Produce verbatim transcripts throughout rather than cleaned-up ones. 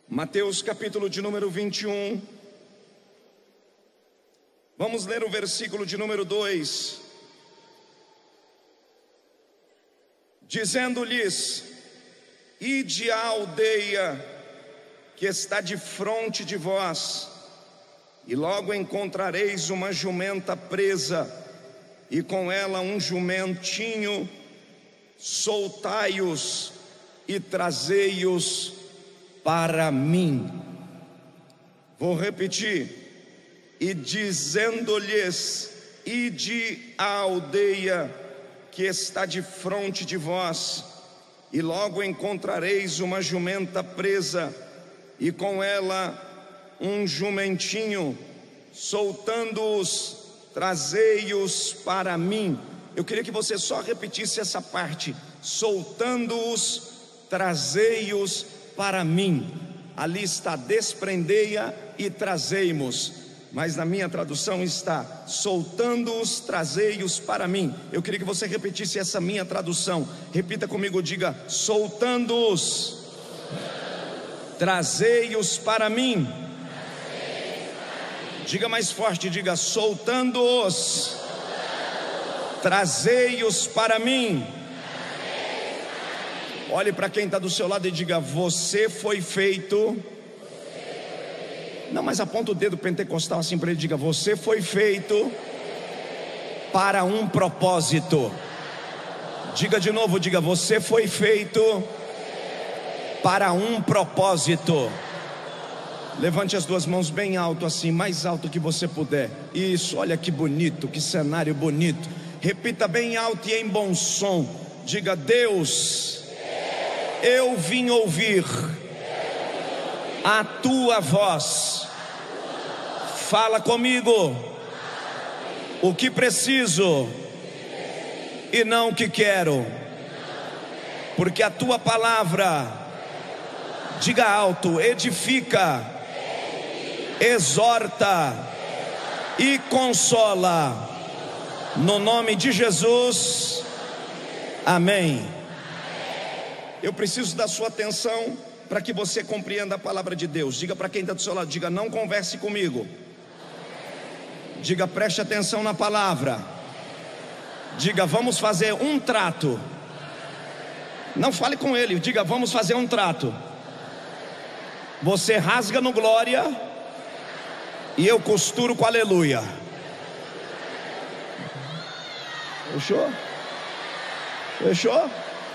Mateus capítulo de número vinte e um. Vamos ler o versículo de número dois. Dizendo-lhes: ide à aldeia que está de fronte de vós, e logo encontrareis uma jumenta presa, e com ela um jumentinho, soltai-os e trazei-os para mim. Vou repetir. E dizendo-lhes: ide à aldeia que está de fronte de vós, e logo encontrareis uma jumenta presa, e com ela um jumentinho, soltando-os, trazei-os para mim. Eu queria que você só repetisse essa parte: soltando-os, trazei-os para mim. Ali está: desprendei-a e trazei-mos. Mas na minha tradução está: soltando-os, trazei-os para mim. Eu queria que você repetisse essa minha tradução. Repita comigo, diga: soltando-os, trazei-os para mim. Diga mais forte, diga: soltando-os, trazei-os para mim. Olhe para quem está do seu lado e diga: você foi feito. Não, mas aponta o dedo pentecostal assim para ele, diga: você foi feito para um propósito. Diga de novo, diga: você foi feito para um propósito. Levante as duas mãos bem alto assim, mais alto que você puder. Isso, olha que bonito, que cenário bonito. Repita bem alto e em bom som. Diga: Deus, eu vim ouvir a tua voz. Fala comigo o que preciso e não o que quero, porque a tua palavra, diga alto, edifica, exorta e consola. No nome de Jesus, amém. Eu preciso da sua atenção para que você compreenda a palavra de Deus. Diga para quem está do seu lado, diga: não converse comigo. Diga: preste atenção na palavra. Diga: vamos fazer um trato. Não fale com ele, diga: vamos fazer um trato. Você rasga no glória e eu costuro com aleluia. Fechou? Fechou?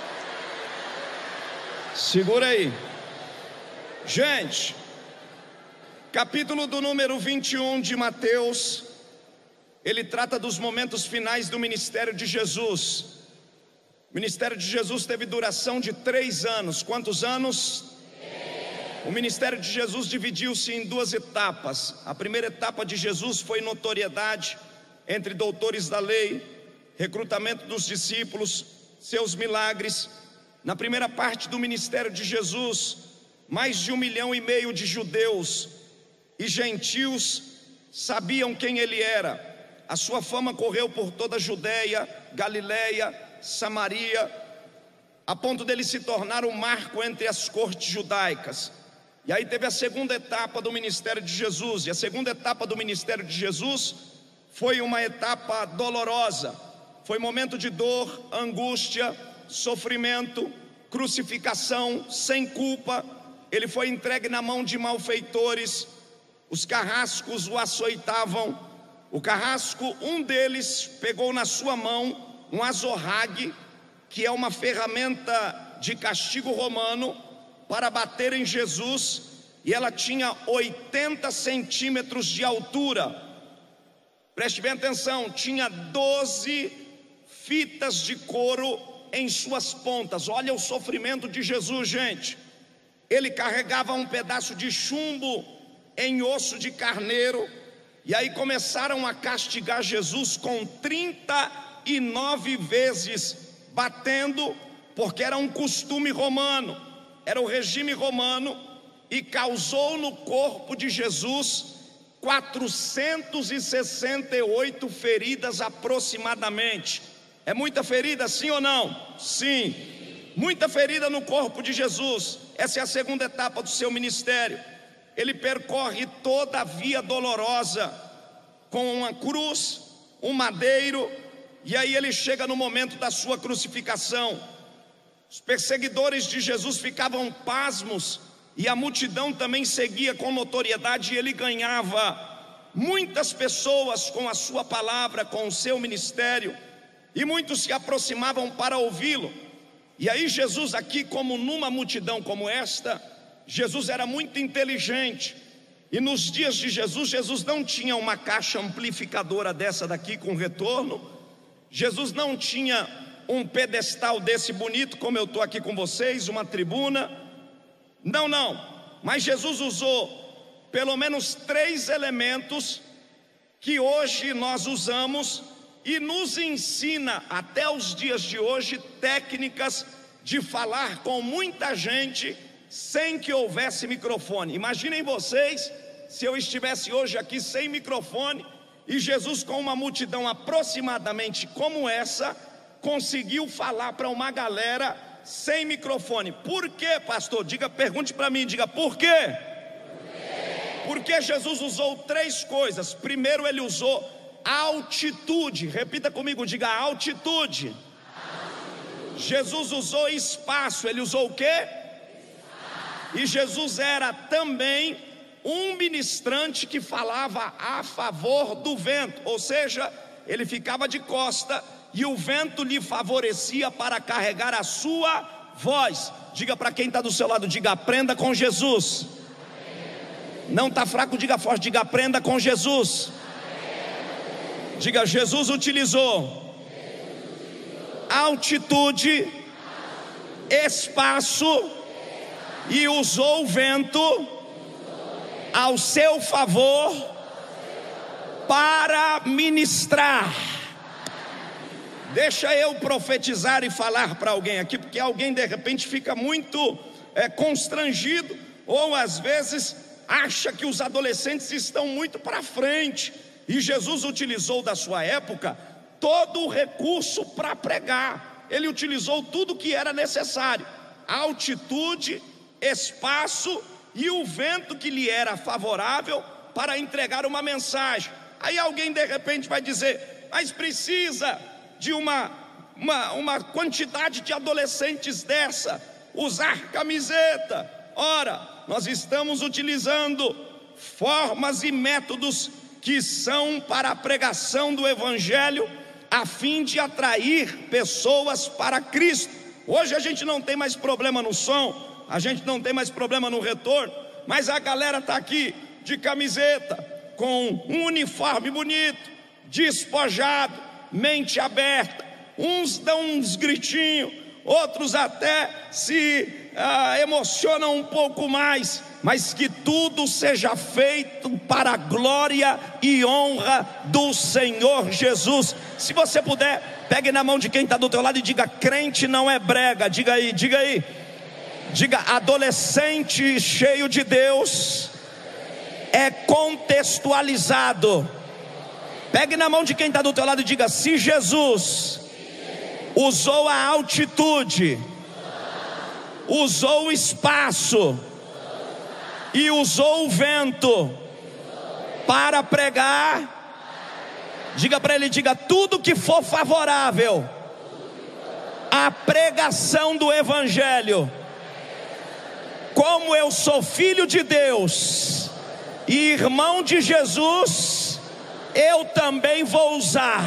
Segura aí. Gente, capítulo do número vinte e um de Mateus, ele trata dos momentos finais do ministério de Jesus. O ministério de Jesus teve duração de três anos. Quantos anos? O ministério de Jesus dividiu-se em duas etapas. A primeira etapa de Jesus foi notoriedade entre doutores da lei, recrutamento dos discípulos, seus milagres. Na primeira parte do ministério de Jesus, mais de um milhão e meio de judeus e gentios sabiam quem ele era. A sua fama correu por toda a Judeia, Galileia, Samaria, a ponto dele se tornar um marco entre as cortes judaicas. E aí teve a segunda etapa do ministério de Jesus. E a segunda etapa do ministério de Jesus foi uma etapa dolorosa. Foi momento de dor, angústia, sofrimento, crucificação sem culpa. Ele foi entregue na mão de malfeitores. Os carrascos o açoitavam. O carrasco, um deles pegou na sua mão um azorrague, que é uma ferramenta de castigo romano, para bater em Jesus, e ela tinha oitenta centímetros de altura. Preste bem atenção, tinha doze fitas de couro em suas pontas. Olha o sofrimento de Jesus, gente. Ele carregava um pedaço de chumbo em osso de carneiro, e aí começaram a castigar Jesus com trinta e nove vezes batendo, porque era um costume romano, era o regime romano, e causou no corpo de Jesus quatrocentas e sessenta e oito feridas aproximadamente. É muita ferida, sim ou não? Sim. Muita ferida no corpo de Jesus. essa é a segunda etapa do seu ministério. Ele percorre toda a via dolorosa, com uma cruz, um madeiro, e aí ele chega no momento da sua crucificação. Os perseguidores de Jesus ficavam pasmos, e a multidão também seguia com notoriedade, e ele ganhava muitas pessoas com a sua palavra, com o seu ministério, e muitos se aproximavam para ouvi-lo. E aí Jesus, aqui como numa multidão como esta, Jesus era muito inteligente, e nos dias de Jesus, Jesus não tinha uma caixa amplificadora dessa daqui com retorno, Jesus não tinha um pedestal desse bonito como eu estou aqui com vocês, uma tribuna, não, não, mas Jesus usou pelo menos três elementos que hoje nós usamos e nos ensina até os dias de hoje técnicas de falar com muita gente sem que houvesse microfone. Imaginem vocês se eu estivesse hoje aqui sem microfone e Jesus, com uma multidão aproximadamente como essa, conseguiu falar para uma galera sem microfone. Por quê, pastor? Diga, pergunte para mim, diga por quê? Porque Jesus usou três coisas. Primeiro, ele usou altitude. Repita comigo, diga altitude. altitude. Jesus usou espaço. Ele usou o quê? Espaço. E Jesus era também um ministrante que falava a favor do vento, ou seja, ele ficava de costa e o vento lhe favorecia para carregar a sua voz. Diga para quem está do seu lado, diga, aprenda com Jesus. Não está fraco, diga forte, diga, aprenda com Jesus. Diga, Jesus utilizou altitude, espaço e usou o vento ao seu favor para ministrar. Deixa eu profetizar e falar para alguém aqui, porque alguém de repente fica muito é, constrangido, ou às vezes acha que os adolescentes estão muito para frente, e Jesus utilizou da sua época todo o recurso para pregar. Ele utilizou tudo que era necessário: altitude, espaço e o vento que lhe era favorável para entregar uma mensagem. Aí alguém de repente vai dizer, mas precisa de uma, uma, uma quantidade de adolescentes dessa, usar camiseta. Ora, nós estamos utilizando formas e métodos que são para a pregação do Evangelho, a fim de atrair pessoas para Cristo. Hoje a gente não tem mais problema no som, a gente não tem mais problema no retorno, mas a galera está aqui de camiseta, com um uniforme bonito, despojado, mente aberta. Uns dão uns gritinhos, outros até se ah, emocionam um pouco mais, mas que tudo seja feito para a glória e honra do Senhor Jesus. Se você puder, pegue na mão de quem está do teu lado e diga, crente não é brega. Diga aí, diga aí, diga, adolescente cheio de Deus é contextualizado. Pegue na mão de quem está do teu lado e diga, se Jesus usou a altitude, usou o espaço e usou o vento para pregar, diga para ele, diga, tudo que for favorável à pregação do Evangelho, como eu sou filho de Deus e irmão de Jesus, eu também vou usar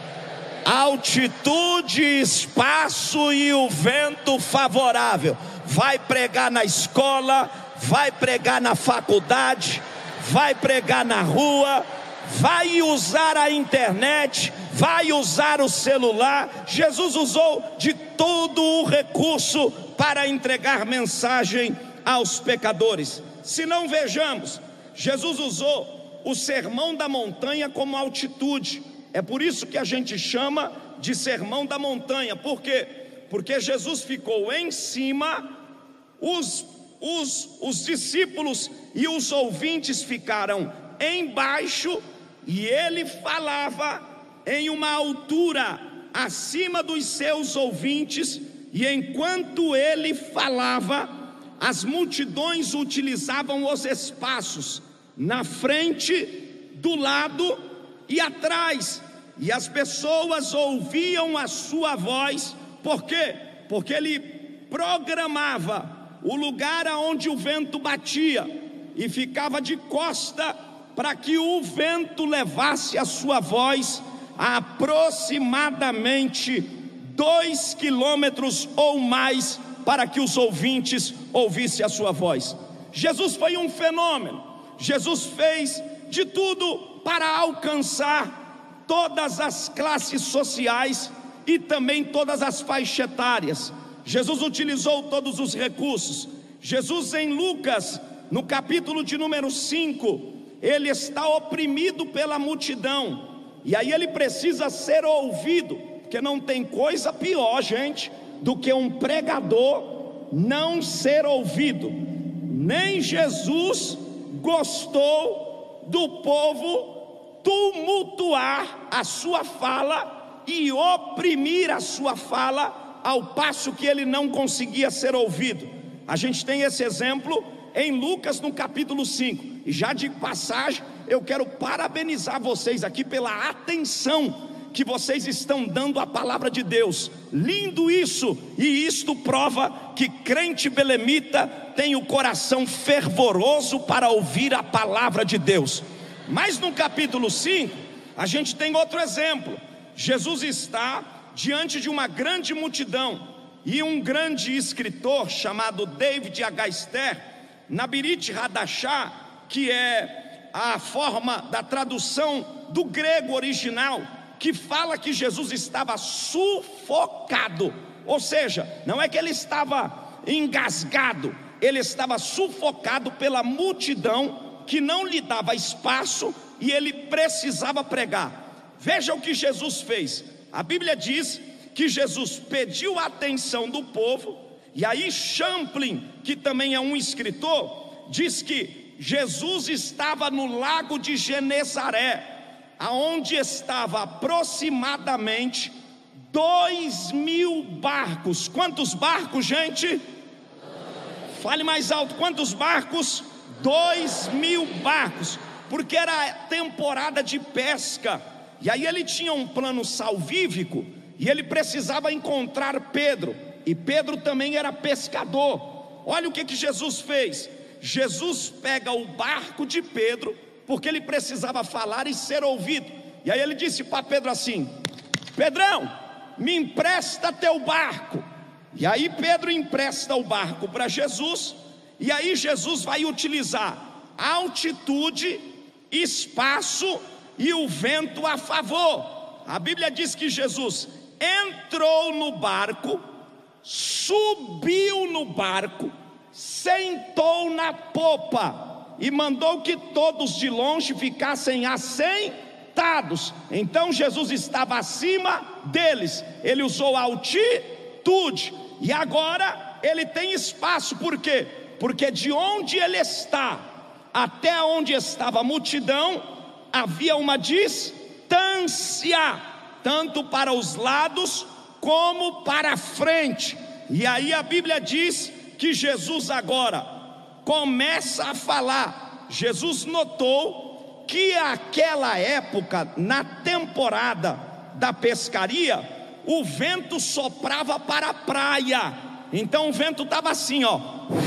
altitude, espaço e o vento favorável. Vai pregar na escola, vai pregar na faculdade, vai pregar na rua, vai usar a internet, vai usar o celular. Jesus usou de todo o recurso para entregar mensagem aos pecadores. Se não, vejamos, Jesus usou o sermão da montanha como altitude. É por isso que a gente chama de sermão da montanha. Por quê? Porque Jesus ficou em cima, os, os, os discípulos e os ouvintes ficaram embaixo, e ele falava em uma altura acima dos seus ouvintes, e enquanto ele falava, as multidões utilizavam os espaços na frente, do lado e atrás, e as pessoas ouviam a sua voz. Por quê? Porque ele programava o lugar aonde o vento batia e ficava de costa para que o vento levasse a sua voz a aproximadamente dois quilômetros ou mais, para que os ouvintes ouvissem a sua voz. Jesus foi um fenômeno. Jesus fez de tudo para alcançar todas as classes sociais e também todas as faixas etárias. Jesus utilizou todos os recursos. Jesus, em Lucas, no capítulo de número cinco, ele está oprimido pela multidão, e aí ele precisa ser ouvido, porque não tem coisa pior, gente, do que um pregador não ser ouvido. Nem Jesus gostou do povo tumultuar a sua fala e oprimir a sua fala, ao passo que ele não conseguia ser ouvido. A gente tem esse exemplo em Lucas no capítulo cinco. E já de passagem, eu quero parabenizar vocês aqui pela atenção que vocês estão dando à palavra de Deus. Lindo isso, e isto prova que crente belemita tem o coração fervoroso para ouvir a palavra de Deus. Mas no capítulo cinco, a gente tem outro exemplo. Jesus está diante de uma grande multidão, e um grande escritor chamado David Agaster, Nabirit Hadashah, que é a forma da tradução do grego original, que fala que Jesus estava sufocado, ou seja, não é que ele estava engasgado, ele estava sufocado pela multidão que não lhe dava espaço e ele precisava pregar. Veja o que Jesus fez. A Bíblia diz que Jesus pediu a atenção do povo, e aí Champlin, que também é um escritor, diz que Jesus estava no lago de Genezaré, aonde estava aproximadamente dois mil barcos. Quantos barcos, gente? Fale mais alto. Quantos barcos? Dois mil barcos, porque era temporada de pesca. E aí ele tinha um plano salvífico, e ele precisava encontrar Pedro, e Pedro também era pescador. Olha o que que Jesus fez. Jesus pega o barco de Pedro, porque ele precisava falar e ser ouvido. E aí ele disse para Pedro assim: Pedrão, me empresta teu barco. E aí Pedro empresta o barco para Jesus, e aí Jesus vai utilizar altitude, espaço e o vento a favor. A Bíblia diz que Jesus entrou no barco, subiu no barco, sentou na popa e mandou que todos de longe ficassem assentados. Então Jesus estava acima deles, ele usou altitude, e agora ele tem espaço. Por quê? Porque de onde ele está até onde estava a multidão havia uma distância, tanto para os lados como para a frente. E aí a Bíblia diz que Jesus agora começa a falar. Jesus notou que aquela época, na temporada da pescaria, o vento soprava para a praia. Então o vento estava assim, ó,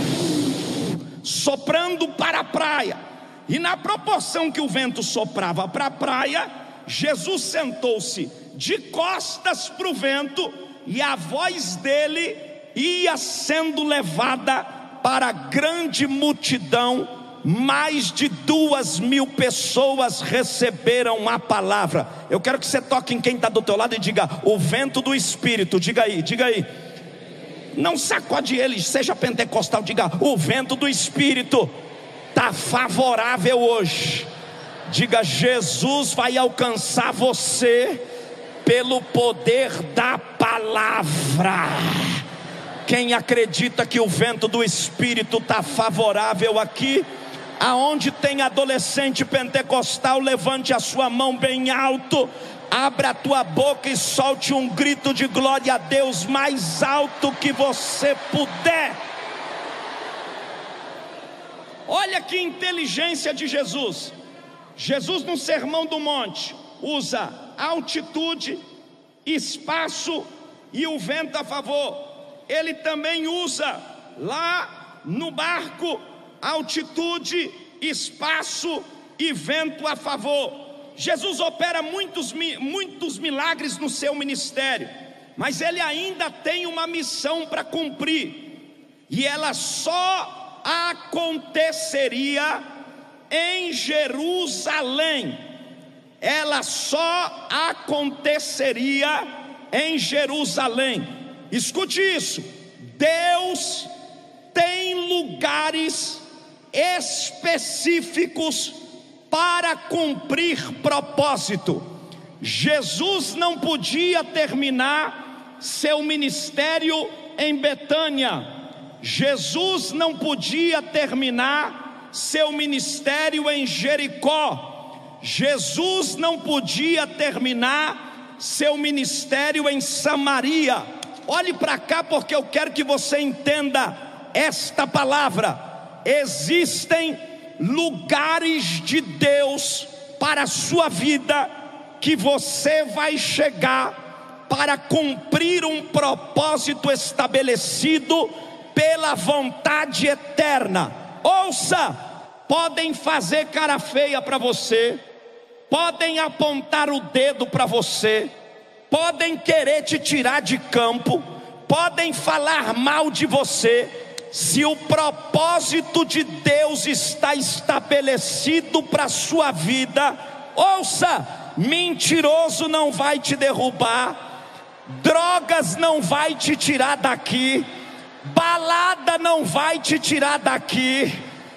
soprando para a praia. E na proporção que o vento soprava para a praia, Jesus sentou-se de costas para o vento, e a voz dele ia sendo levada para a grande multidão. Mais de duas mil pessoas receberam a palavra. Eu quero que você toque em quem está do teu lado e diga: o vento do Espírito. Diga aí, diga aí. Não sacode ele, seja pentecostal. Diga: o vento do Espírito está favorável hoje. Diga: Jesus vai alcançar você pelo poder da palavra. Quem acredita que o vento do Espírito está favorável aqui? Aonde tem adolescente pentecostal, levante a sua mão bem alto, abra a tua boca e solte um grito de glória a Deus mais alto que você puder. Olha que inteligência de Jesus. Jesus no Sermão do Monte usa altitude, espaço e o vento a favor. Ele também usa lá no barco altitude, espaço e vento a favor. Jesus opera muitos, muitos milagres no seu ministério, mas ele ainda tem uma missão para cumprir, e ela só aconteceria em Jerusalém. Ela só aconteceria em Jerusalém. Escute isso: Deus tem lugares específicos para cumprir propósito. Jesus não podia terminar seu ministério em Betânia. Jesus não podia terminar seu ministério em Jericó. Jesus não podia terminar seu ministério em Samaria. Olhe para cá, porque eu quero que você entenda esta palavra. Existem lugares de Deus para a sua vida que você vai chegar para cumprir um propósito estabelecido pela vontade eterna. Ouça, podem fazer cara feia para você, podem apontar o dedo para você, podem querer te tirar de campo, podem falar mal de você. Se o propósito de Deus está estabelecido para a sua vida, ouça, mentiroso não vai te derrubar, drogas não vai te tirar daqui, balada não vai te tirar daqui,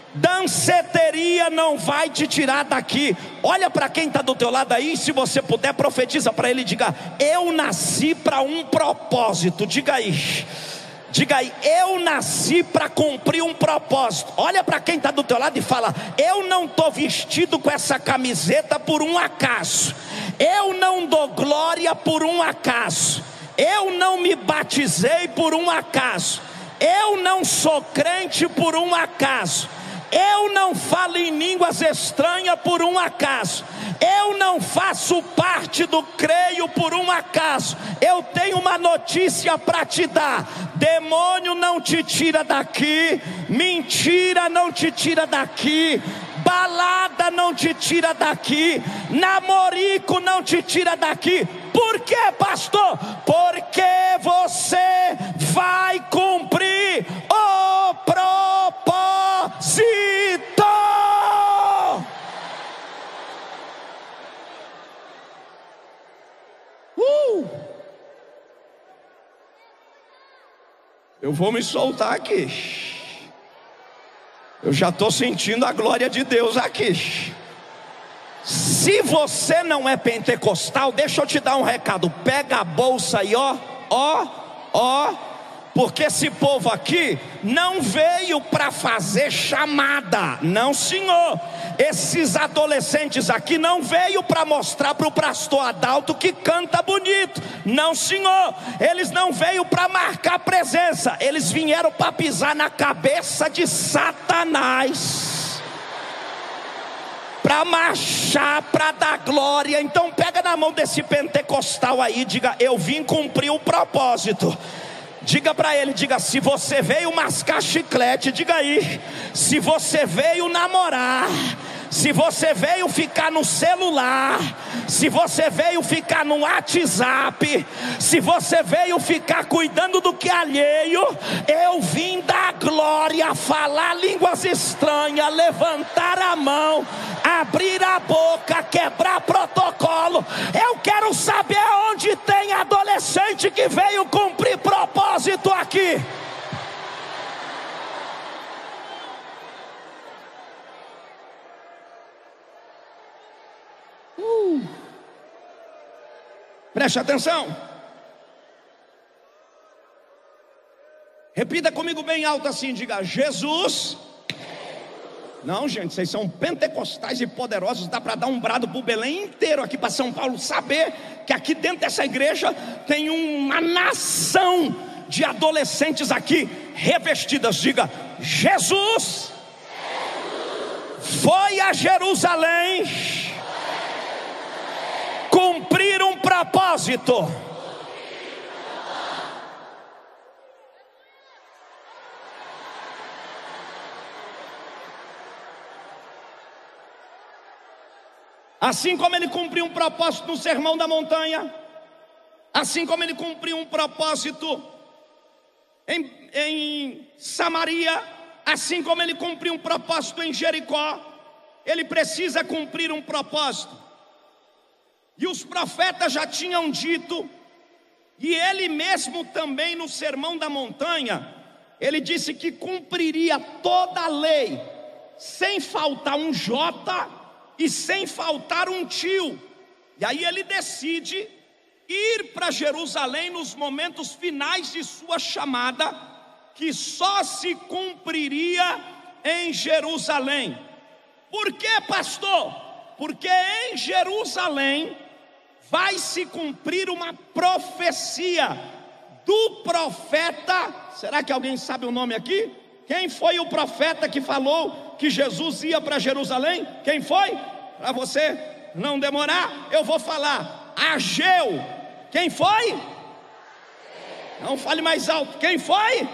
danceteria não vai te tirar daqui. Olha para quem está do teu lado aí, se você puder, profetiza para ele, diga: eu nasci para um propósito. Diga aí, diga aí, eu nasci para cumprir um propósito. Olha para quem está do teu lado e fala: eu não estou vestido com essa camiseta por um acaso, eu não dou glória por um acaso, eu não me batizei por um acaso, eu não sou crente por um acaso, eu não falo em línguas estranhas por um acaso, eu não faço parte do creio por um acaso. Eu tenho uma notícia para te dar: demônio não te tira daqui, mentira não te tira daqui, balada não te tira daqui, namorico não te tira daqui. Por quê, pastor? Porque você vai cumprir o propósito. Uh! Eu vou me soltar aqui. Eu já estou sentindo a glória de Deus aqui. Se você não é pentecostal, deixa eu te dar um recado. Pega a bolsa aí, ó, ó, ó. Porque esse povo aqui não veio para fazer chamada, não senhor. Esses adolescentes aqui não veio para mostrar para o pastor Adalto que canta bonito, não senhor. Eles não veio para marcar presença, eles vieram para pisar na cabeça de Satanás, para marchar, para dar glória. Então pega na mão desse pentecostal aí, diga: eu vim cumprir o propósito. Diga para ele, diga: se você veio mascar chiclete, diga aí, se você veio namorar, se você veio ficar no celular, se você veio ficar no WhatsApp, se você veio ficar cuidando do que é alheio, eu vim dar glória, falar línguas estranhas, levantar a mão, abrir a boca, quebrar protocolo. Eu quero saber onde tem adolescente que veio cumprir propósito aqui. Uh. Preste atenção. Repita comigo bem alto assim, diga: Jesus. Não, gente, vocês são pentecostais e poderosos. Dá para dar um brado para o Belém inteiro aqui, para São Paulo saber que aqui dentro dessa igreja tem uma nação de adolescentes aqui revestidas. Diga: Jesus foi a Jerusalém cumprir um propósito. Assim como ele cumpriu um propósito no Sermão da Montanha, assim como ele cumpriu um propósito em, em Samaria, assim como ele cumpriu um propósito em Jericó, ele precisa cumprir um propósito. E os profetas já tinham dito, e ele mesmo também no Sermão da Montanha, ele disse que cumpriria toda a lei, sem faltar um jota e sem faltar um tio. E aí ele decide ir para Jerusalém nos momentos finais de sua chamada, que só se cumpriria em Jerusalém. Por quê, pastor? Porque em Jerusalém vai se cumprir uma profecia do profeta. Será que alguém sabe o nome aqui? Quem foi o profeta que falou que Jesus ia para Jerusalém? Quem foi? Para você não demorar, eu vou falar. Ageu. Quem foi? Não fale mais alto. Quem foi?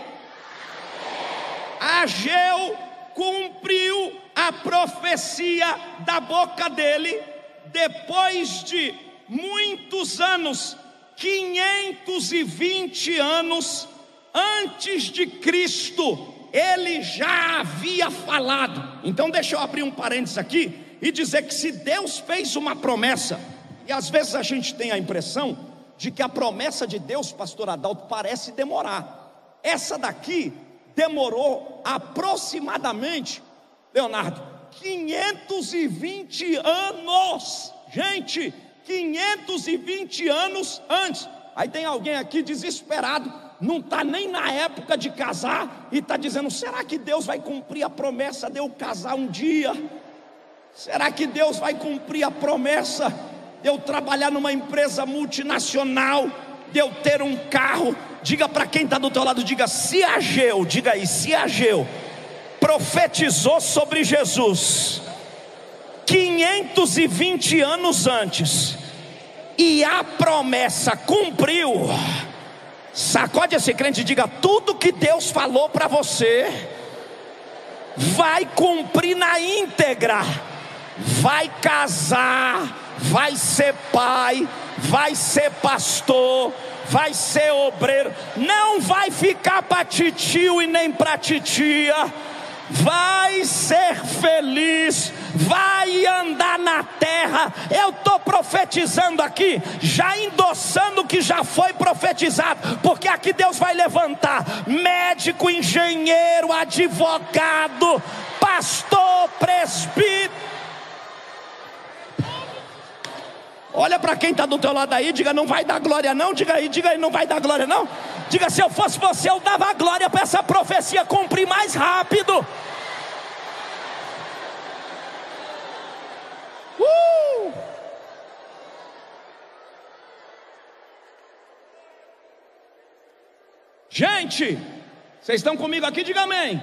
Ageu cumpriu a profecia da boca dele depois de muitos anos, quinhentos e vinte anos antes de Cristo, ele já havia falado. Então deixa eu abrir um parênteses aqui e dizer que se Deus fez uma promessa, e às vezes a gente tem a impressão de que a promessa de Deus, pastor Adalto, parece demorar. Essa daqui demorou aproximadamente, Leonardo, quinhentos e vinte anos. Gente, quinhentos e vinte anos antes. Aí tem alguém aqui desesperado, não está nem na época de casar, e está dizendo: será que Deus vai cumprir a promessa de eu casar um dia? Será que Deus vai cumprir a promessa de eu trabalhar numa empresa multinacional, de eu ter um carro? Diga para quem está do teu lado, diga: se Ageu, diga aí, se Ageu profetizou sobre Jesus quinhentos e vinte anos antes, e a promessa cumpriu, sacode esse crente e diga: tudo que Deus falou para você vai cumprir na íntegra. Vai casar, vai ser pai, vai ser pastor, vai ser obreiro, não vai ficar para titio e nem para titia, vai ser feliz, vai andar na terra. Eu estou profetizando aqui, já endossando o que já foi profetizado, porque aqui Deus vai levantar médico, engenheiro, advogado, pastor, presbítero. Olha para quem está do teu lado aí, diga: não vai dar glória não. Diga aí, diga aí, não vai dar glória não. Diga: se eu fosse você, eu dava glória para essa profecia cumprir mais rápido. Uh! Gente, vocês estão comigo aqui? Diga amém.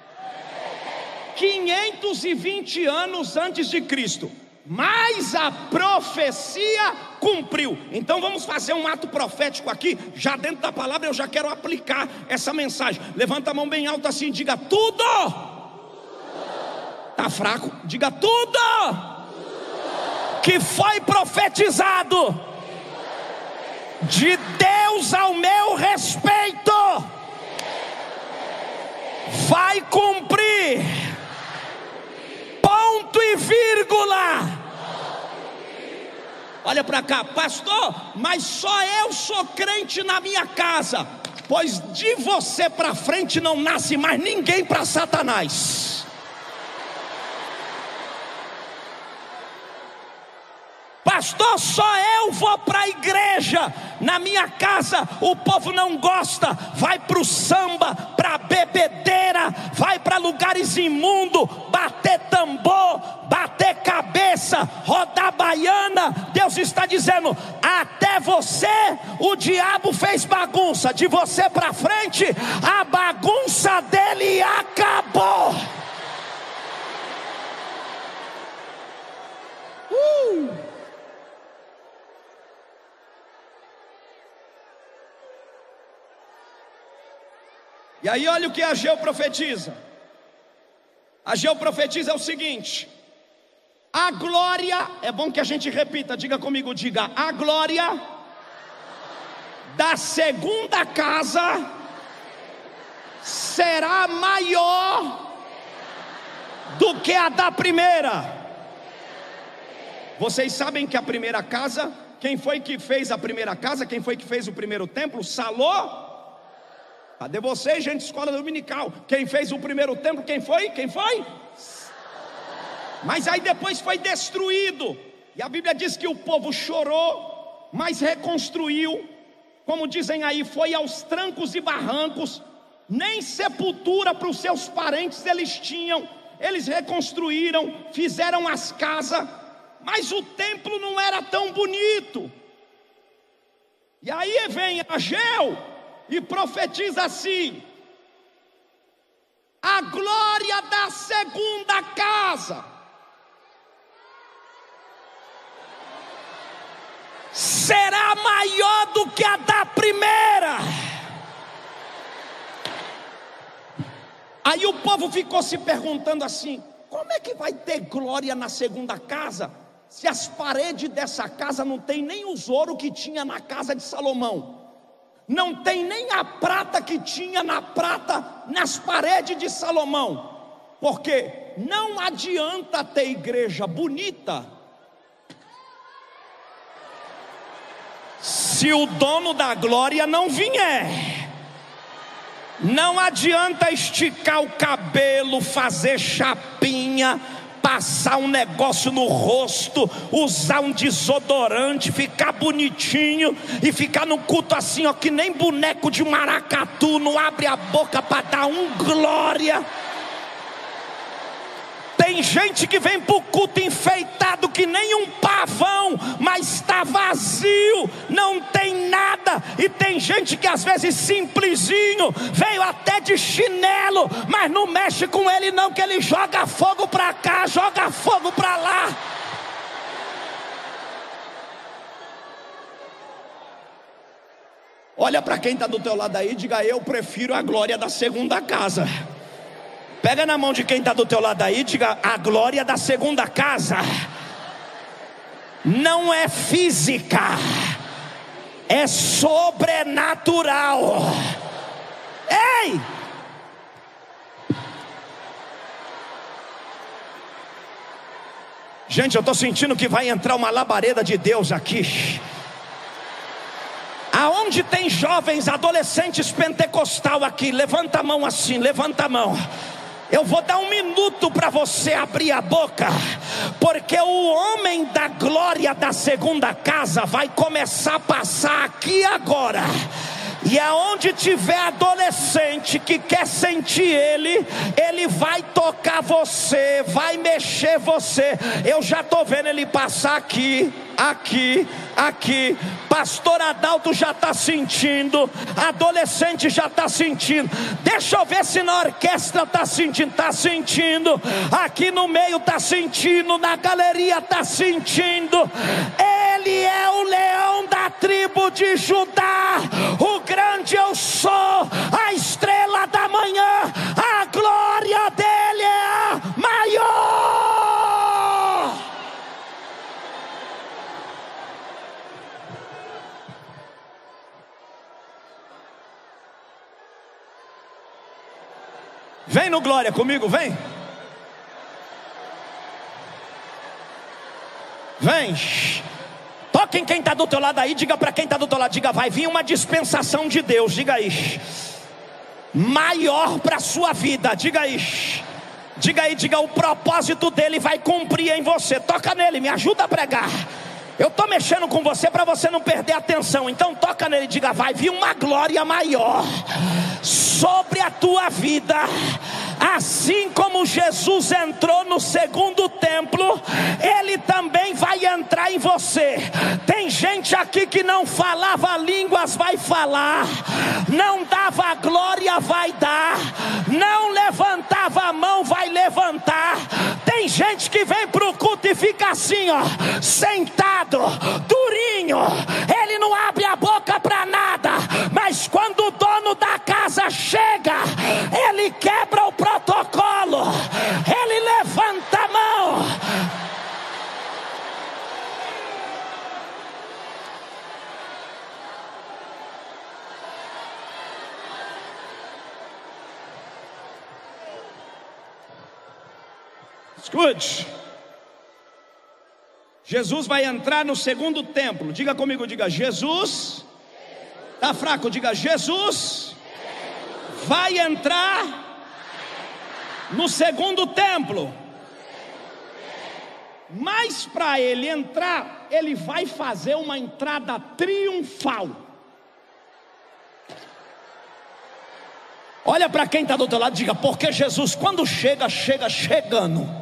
quinhentos e vinte anos antes de Cristo, mas a profecia cumpriu. Então vamos fazer um ato profético aqui. Já dentro da palavra eu já quero aplicar essa mensagem. Levanta a mão bem alta assim, diga: tudo. Tá fraco? Diga: tudo que foi profetizado de Deus ao meu respeito vai cumprir. Ponto e vírgula. Olha para cá, pastor, mas só eu sou crente na minha casa. Pois de você para frente não nasce mais ninguém para Satanás. Pastor, só eu vou para a igreja. Na minha casa o povo não gosta. Vai para o samba, para a bebedeira, vai para lugares imundos, bater tambor, bater cabeça, rodar baiana. Deus está dizendo: até você o diabo fez bagunça. De você para frente a bagunça dele acabou. E aí olha o que Ageu profetiza. Ageu profetiza é o seguinte: a glória, é bom que a gente repita, diga comigo, diga: a glória da segunda casa será maior do que a da primeira. Vocês sabem que a primeira casa, quem foi que fez a primeira casa? Quem foi que fez o primeiro templo? Salomão. Cadê vocês, gente, escola dominical? Quem fez o primeiro templo? Quem foi? Quem foi? Mas aí depois foi destruído. E a Bíblia diz que o povo chorou, mas reconstruiu. Como dizem aí, foi aos trancos e barrancos. Nem sepultura para os seus parentes eles tinham. Eles reconstruíram, fizeram as casas, mas o templo não era tão bonito. E aí vem Ageu e profetiza assim: a glória da segunda casa será maior do que a da primeira. Aí o povo ficou se perguntando assim: como é que vai ter glória na segunda casa, se as paredes dessa casa não tem nem os ouro que tinha na casa de Salomão, não tem nem a prata que tinha na prata nas paredes de Salomão? Porque não adianta ter igreja bonita se o dono da glória não vier. Não adianta esticar o cabelo, fazer chapinha, passar um negócio no rosto, usar um desodorante, ficar bonitinho e ficar no culto assim, ó, que nem boneco de maracatu, não abre a boca para dar um glória. Tem gente que vem para o culto enfeitado que nem um pavão, mas está vazio, não tem nada. E tem gente que às vezes simplesinho, veio até de chinelo, mas não mexe com ele não, que ele joga fogo para cá, joga fogo para lá. Olha para quem está do teu lado aí e diga: eu prefiro a glória da segunda casa. Pega na mão de quem está do teu lado aí e diga: a glória da segunda casa não é física, é sobrenatural. Ei! Gente, eu estou sentindo que vai entrar uma labareda de Deus aqui. Aonde tem jovens, adolescentes pentecostal aqui, levanta a mão assim, levanta a mão. Eu vou dar um minuto para você abrir a boca, porque o homem da glória da segunda casa vai começar a passar aqui agora. E aonde tiver adolescente que quer sentir ele, ele vai tocar você, vai mexer você. Eu já estou vendo ele passar aqui, aqui, aqui. Pastor Adalto já está sentindo, adolescente já está sentindo. Deixa eu ver se na orquestra está sentindo, está sentindo. Aqui no meio está sentindo, na galeria está sentindo. Ele é o leão da tribo de Judá, o grande eu sou, a estrela da manhã. A glória dele é a maior. Vem no glória comigo, vem. Vem. Toca em quem está do teu lado aí, diga para quem está do teu lado, diga: vai vir uma dispensação de Deus, diga aí, maior para a sua vida, diga aí, diga aí, diga: o propósito dele vai cumprir em você. Toca nele, me ajuda a pregar. Eu estou mexendo com você para você não perder a atenção. Então toca nele, diga: vai vir uma glória maior sobre a tua vida. Assim como Jesus entrou no segundo templo, ele também vai entrar em você. Tem gente aqui que não falava línguas, vai falar. Não dava glória, vai dar. Não levantava a mão, vai levantar. Tem gente que vem para o culto e fica assim, ó, sentado, durinho. Ele não abre a boca para nada. Mas quando o dono da casa casa chega, ele quebra o protocolo, ele levanta a mão. Escute, Jesus vai entrar no segundo templo. Diga comigo, diga Jesus. Tá fraco, diga Jesus vai entrar no segundo templo. Mas para ele entrar, ele vai fazer uma entrada triunfal. Olha para quem está do outro lado e diga: porque Jesus, quando chega, chega chegando.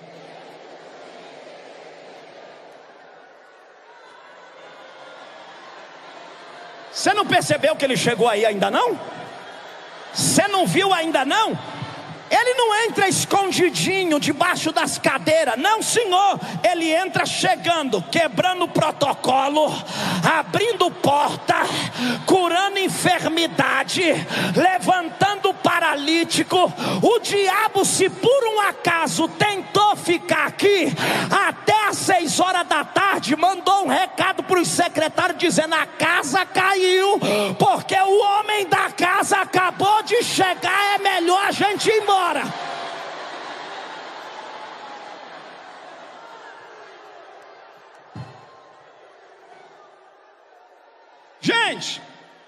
Você não percebeu que ele chegou aí ainda não? Você não viu ainda não? Ele não entra escondidinho debaixo das cadeiras, não senhor. Ele entra chegando, quebrando o protocolo, abrindo porta, curando enfermidade, levantando o paralítico. O diabo, se por um acaso tentou ficar aqui até às seis horas da tarde, mandou um recado para os secretários dizendo: a casa caiu, porque o homem da casa acabou de chegar, é melhor a gente ir embora. Gente,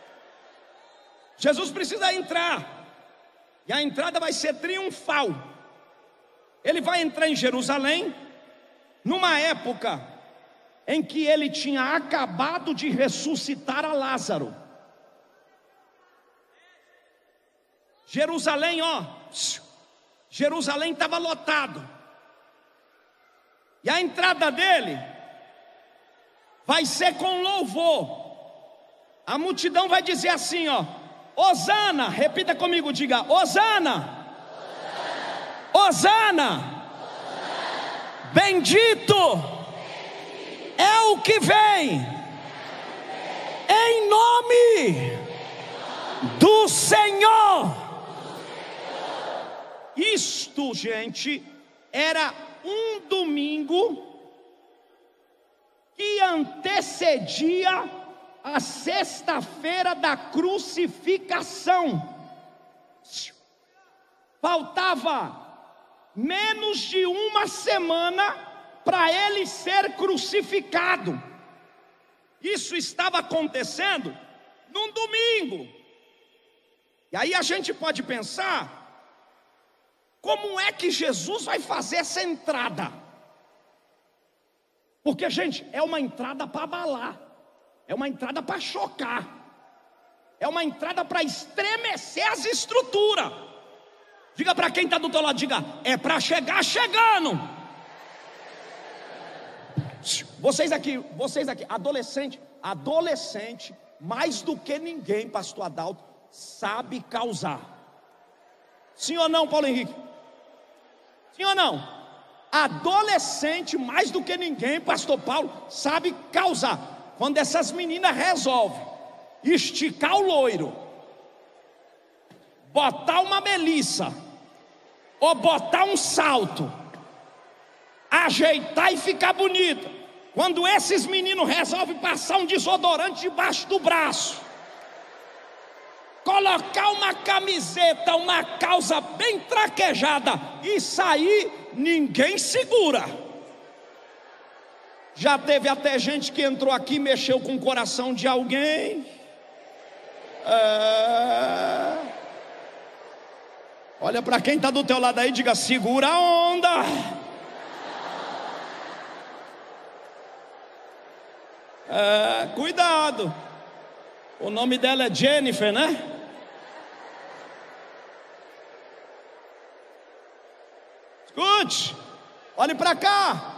Jesus precisa entrar, e a entrada vai ser triunfal. Ele vai entrar em Jerusalém numa época em que ele tinha acabado de ressuscitar a Lázaro. Jerusalém, ó, Jerusalém estava lotado, e a entrada dele vai ser com louvor. A multidão vai dizer assim, ó: Hosana, repita comigo, diga: Hosana, Hosana, bendito é o que vem em nome do Senhor. Isto, gente, era um domingo que antecedia a sexta-feira da crucificação. Faltava menos de uma semana para ele ser crucificado. Isso estava acontecendo num domingo. E aí a gente pode pensar: como é que Jesus vai fazer essa entrada? Porque, gente, é uma entrada para abalar, é uma entrada para chocar, é uma entrada para estremecer as estruturas. Diga para quem está do teu lado, diga: é para chegar chegando. Vocês aqui, vocês aqui, adolescente, adolescente, mais do que ninguém, pastor Adalto, sabe causar. Sim ou não, Paulo Henrique? Sim ou não? Adolescente, mais do que ninguém, pastor Paulo, sabe causar. Quando essas meninas resolvem esticar o loiro, botar uma melissa, ou botar um salto, ajeitar e ficar bonita. Quando esses meninos resolvem passar um desodorante debaixo do braço, colocar uma camiseta, uma calça bem traquejada e sair, ninguém segura. Já teve até gente que entrou aqui e mexeu com o coração de alguém. É... Olha para quem está do teu lado aí, diga: segura a onda. É, cuidado. O nome dela é Jennifer, né? Escute, olhe para cá.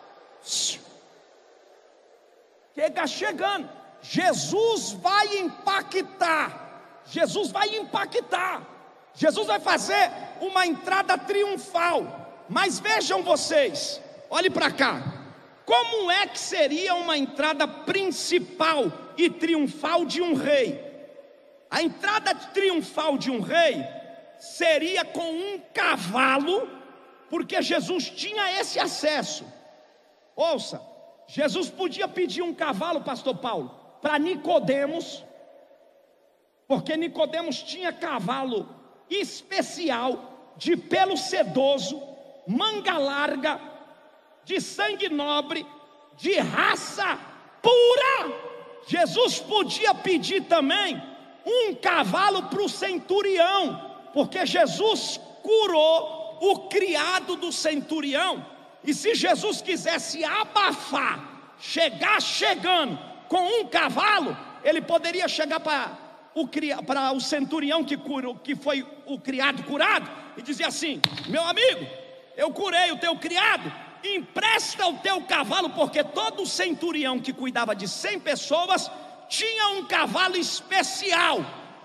Chega chegando. Jesus vai impactar. Jesus vai impactar. Jesus vai fazer uma entrada triunfal. Mas vejam vocês, olhe para cá. Como é que seria uma entrada principal e triunfal de um rei? A entrada triunfal de um rei seria com um cavalo, porque Jesus tinha esse acesso. Ouça, Jesus podia pedir um cavalo, pastor Paulo, para Nicodemos, porque Nicodemos tinha cavalo especial, de pelo sedoso, manga larga, de sangue nobre, de raça pura. Jesus podia pedir também um cavalo para o centurião, porque Jesus curou o criado do centurião. E se Jesus quisesse abafar, chegar chegando com um cavalo, ele poderia chegar para o, para o centurião que, curou, que foi o criado curado, e dizer assim: meu amigo, eu curei o teu criado, empresta o teu cavalo, porque todo centurião que cuidava de cem pessoas tinha um cavalo especial.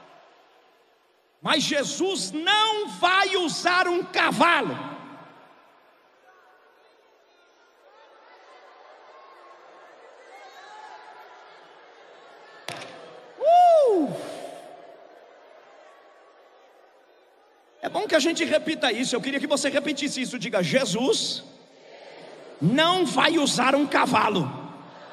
Mas Jesus não vai usar um cavalo. Uh! É bom que a gente repita isso. Eu queria que você repetisse isso. Diga: Jesus não vai usar um cavalo.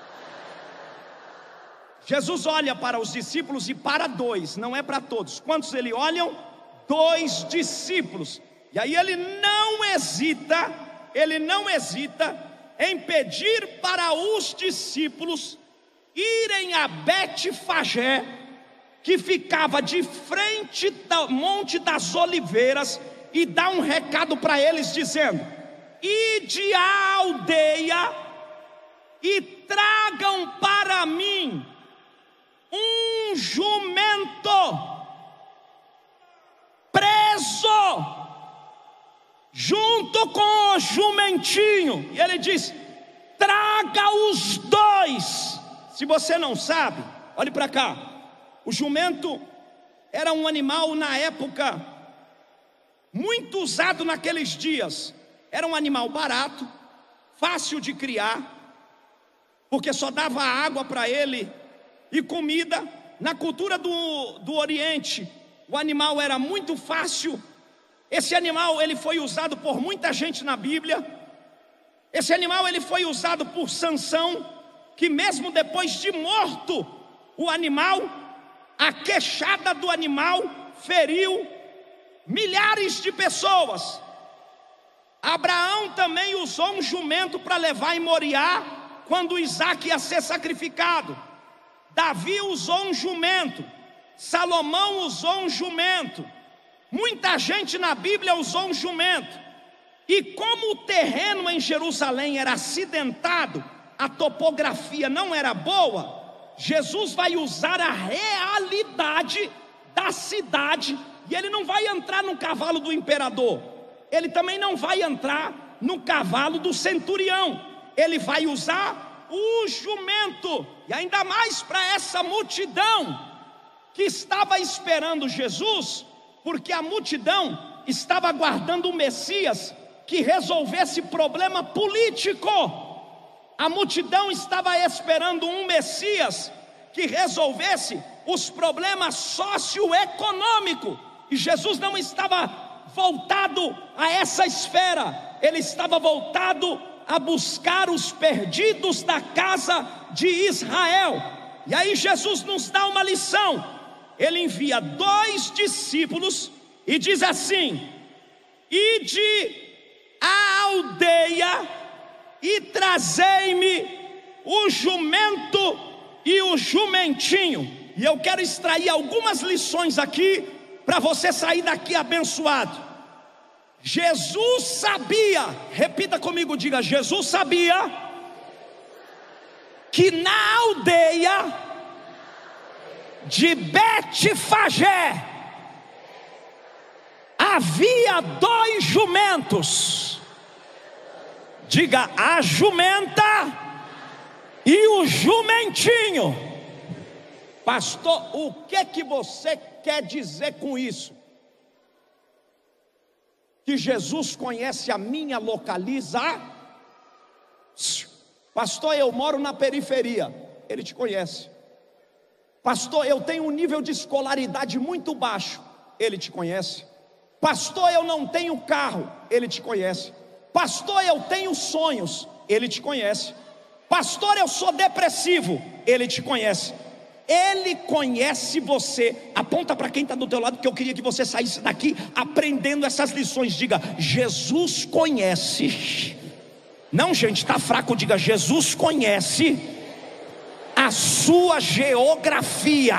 Jesus olha para os discípulos e para dois, não é para todos. Quantos ele olham? Dois discípulos. E aí ele não hesita, ele não hesita em pedir para os discípulos irem a Betfagé, que ficava de frente do Monte das Oliveiras, e dar um recado para eles dizendo: ide à aldeia e tragam para mim um jumento preso junto com o jumentinho. E ele diz: traga os dois. Se você não sabe, olhe para cá. O jumento era um animal na época muito usado naqueles dias. Era um animal barato, fácil de criar, porque só dava água para ele e comida. Na cultura do, do Oriente, o animal era muito fácil. Esse animal ele foi usado por muita gente na Bíblia. Esse animal ele foi usado por Sansão, que mesmo depois de morto o animal, a queixada do animal feriu milhares de pessoas. Abraão também usou um jumento para levar em Moriá, quando Isaac ia ser sacrificado. Davi usou um jumento, Salomão usou um jumento, muita gente na Bíblia usou um jumento. E como o terreno em Jerusalém era acidentado, a topografia não era boa, Jesus vai usar a realidade da cidade, e ele não vai entrar no cavalo do imperador, ele também não vai entrar no cavalo do centurião, ele vai usar o jumento. E ainda mais para essa multidão que estava esperando Jesus, porque a multidão estava aguardando o Messias que resolvesse problema político. A multidão estava esperando um Messias que resolvesse os problemas socioeconômicos, e Jesus não estava voltado a essa esfera, ele estava voltado a buscar os perdidos da casa de Israel. E aí Jesus nos dá uma lição. Ele envia dois discípulos e diz assim: ide à aldeia e trazei-me o jumento e o jumentinho. E eu quero extrair algumas lições aqui para você sair daqui abençoado. Jesus sabia, repita comigo, diga: Jesus sabia que na aldeia de Betfagé havia dois jumentos. Diga: a jumenta e o jumentinho. Pastor, o que que você quer dizer com isso? Que Jesus conhece a minha localiza. Pastor, eu moro na periferia. Ele te conhece. Pastor, eu tenho um nível de escolaridade muito baixo. Ele te conhece. Pastor, eu não tenho carro. Ele te conhece. Pastor, eu tenho sonhos. Ele te conhece. Pastor, eu sou depressivo. Ele te conhece. Ele conhece você. Aponta para quem está do teu lado, porque eu queria que você saísse daqui aprendendo essas lições. Diga: Jesus conhece. Não, gente, está fraco. Diga: Jesus conhece a sua geografia.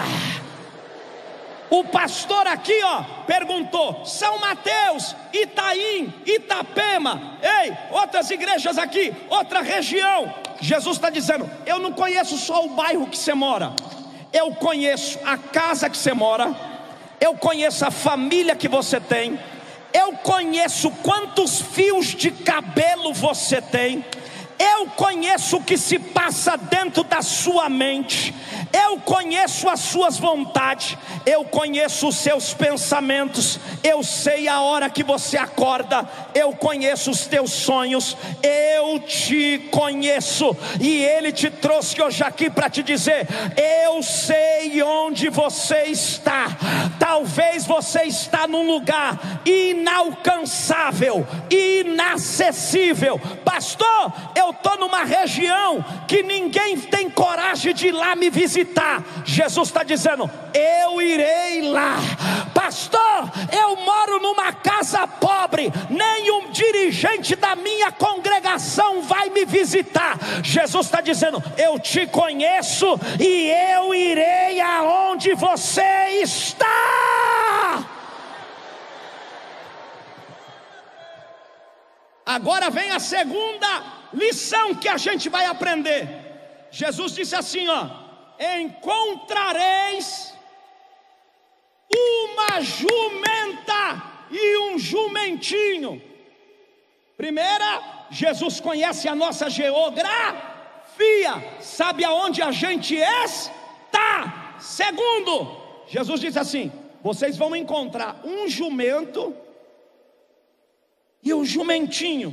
O pastor aqui, ó, perguntou: São Mateus, Itaim, Itapema, ei, outras igrejas aqui, outra região. Jesus está dizendo: eu não conheço só o bairro que você mora, eu conheço a casa que você mora, eu conheço a família que você tem, eu conheço quantos fios de cabelo você tem, eu conheço o que se passa dentro da sua mente, eu conheço as suas vontades, eu conheço os seus pensamentos, eu sei a hora que você acorda, eu conheço os teus sonhos, eu te conheço. E Ele te trouxe hoje aqui para te dizer: eu sei onde você está. Talvez você está num lugar inalcançável, inacessível. Pastor, eu estou numa região que ninguém tem coragem de ir lá me visitar. Jesus está dizendo: eu irei lá. Pastor, eu moro numa casa pobre, nenhum dirigente da minha congregação vai me visitar. Jesus está dizendo: eu te conheço e eu irei aonde você está. Agora vem a segunda lição que a gente vai aprender. Jesus disse assim, ó: encontrareis uma jumenta e um jumentinho. Primeira, Jesus conhece a nossa geografia, sabe aonde a gente está. Segundo, Jesus disse assim: vocês vão encontrar um jumento e um jumentinho.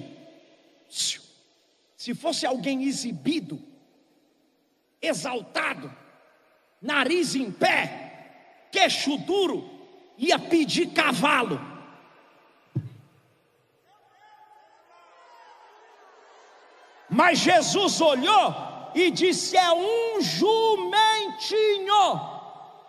Se fosse alguém exibido, exaltado, nariz em pé, queixo duro, ia pedir cavalo. Mas Jesus olhou e disse: é um jumentinho.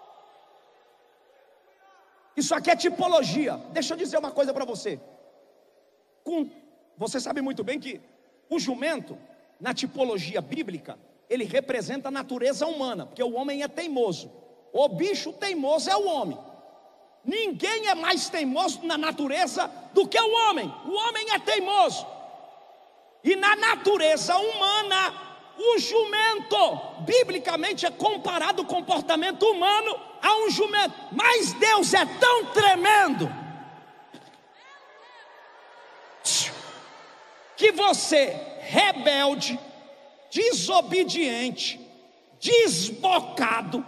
Isso aqui é tipologia. Deixa eu dizer uma coisa para você. Com, você sabe muito bem que o jumento, na tipologia bíblica, ele representa a natureza humana, porque o homem é teimoso. O bicho teimoso é o homem. Ninguém é mais teimoso na natureza do que o homem. O homem é teimoso. E na natureza humana, o jumento, biblicamente, é comparado o comportamento humano a um jumento. Mas Deus é tão tremendo que você, rebelde, desobediente, desbocado,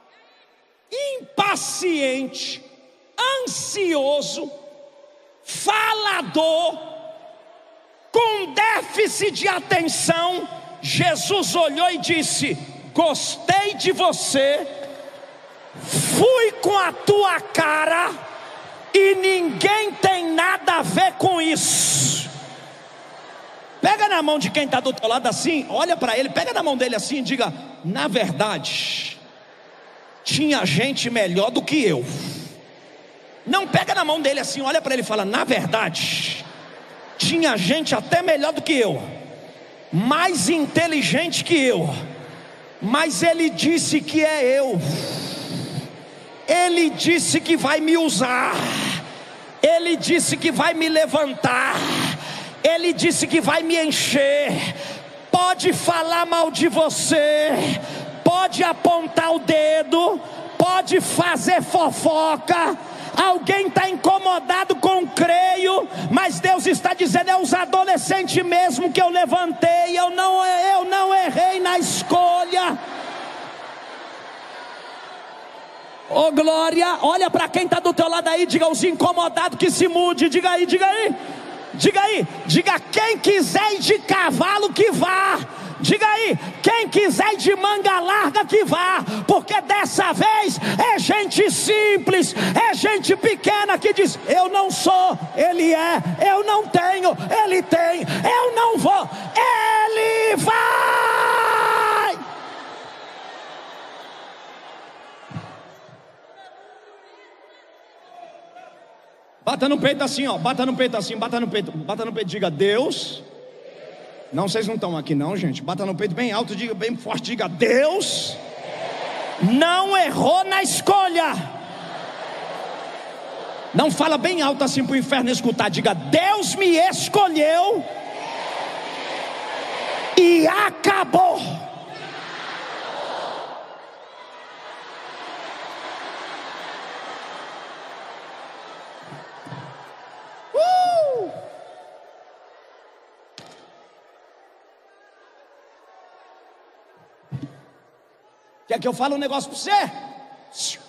impaciente, ansioso, falador, com déficit de atenção, Jesus olhou e disse: gostei de você, fui com a tua cara e ninguém tem nada a ver com isso. Pega na mão de quem está do teu lado assim, olha para ele, pega na mão dele assim e diga: na verdade, tinha gente melhor do que eu. Não, pega na mão dele assim, olha para ele e fala: na verdade, tinha gente até melhor do que eu, mais inteligente que eu, mas ele disse que é eu. Ele disse que vai me usar. Ele disse que vai me levantar. Ele disse que vai me encher. Pode falar mal de você, pode apontar o dedo, pode fazer fofoca. Alguém está incomodado com o creio, mas Deus está dizendo: é os adolescentes mesmo que eu levantei. Eu não, eu não errei na escolha. Oh glória, olha para quem está do teu lado aí, diga: os incomodados que se mude. Diga aí, diga aí, diga aí, diga: quem quiser ir de cavalo que vá. Diga aí, quem quiser ir de manga larga que vá, porque dessa vez é gente simples, é gente pequena que diz: eu não sou, ele é, eu não tenho, ele tem, eu não vou, ele vai. Bata no peito assim, ó, bata no peito assim, bata no peito, bata no peito, diga: Deus. Não, vocês não estão aqui não, gente. Bata no peito bem alto, diga bem forte, diga: Deus não errou na escolha. Não fala bem alto assim para o inferno escutar, diga: Deus me escolheu e acabou. Uh! Quer que eu fale um negócio para você?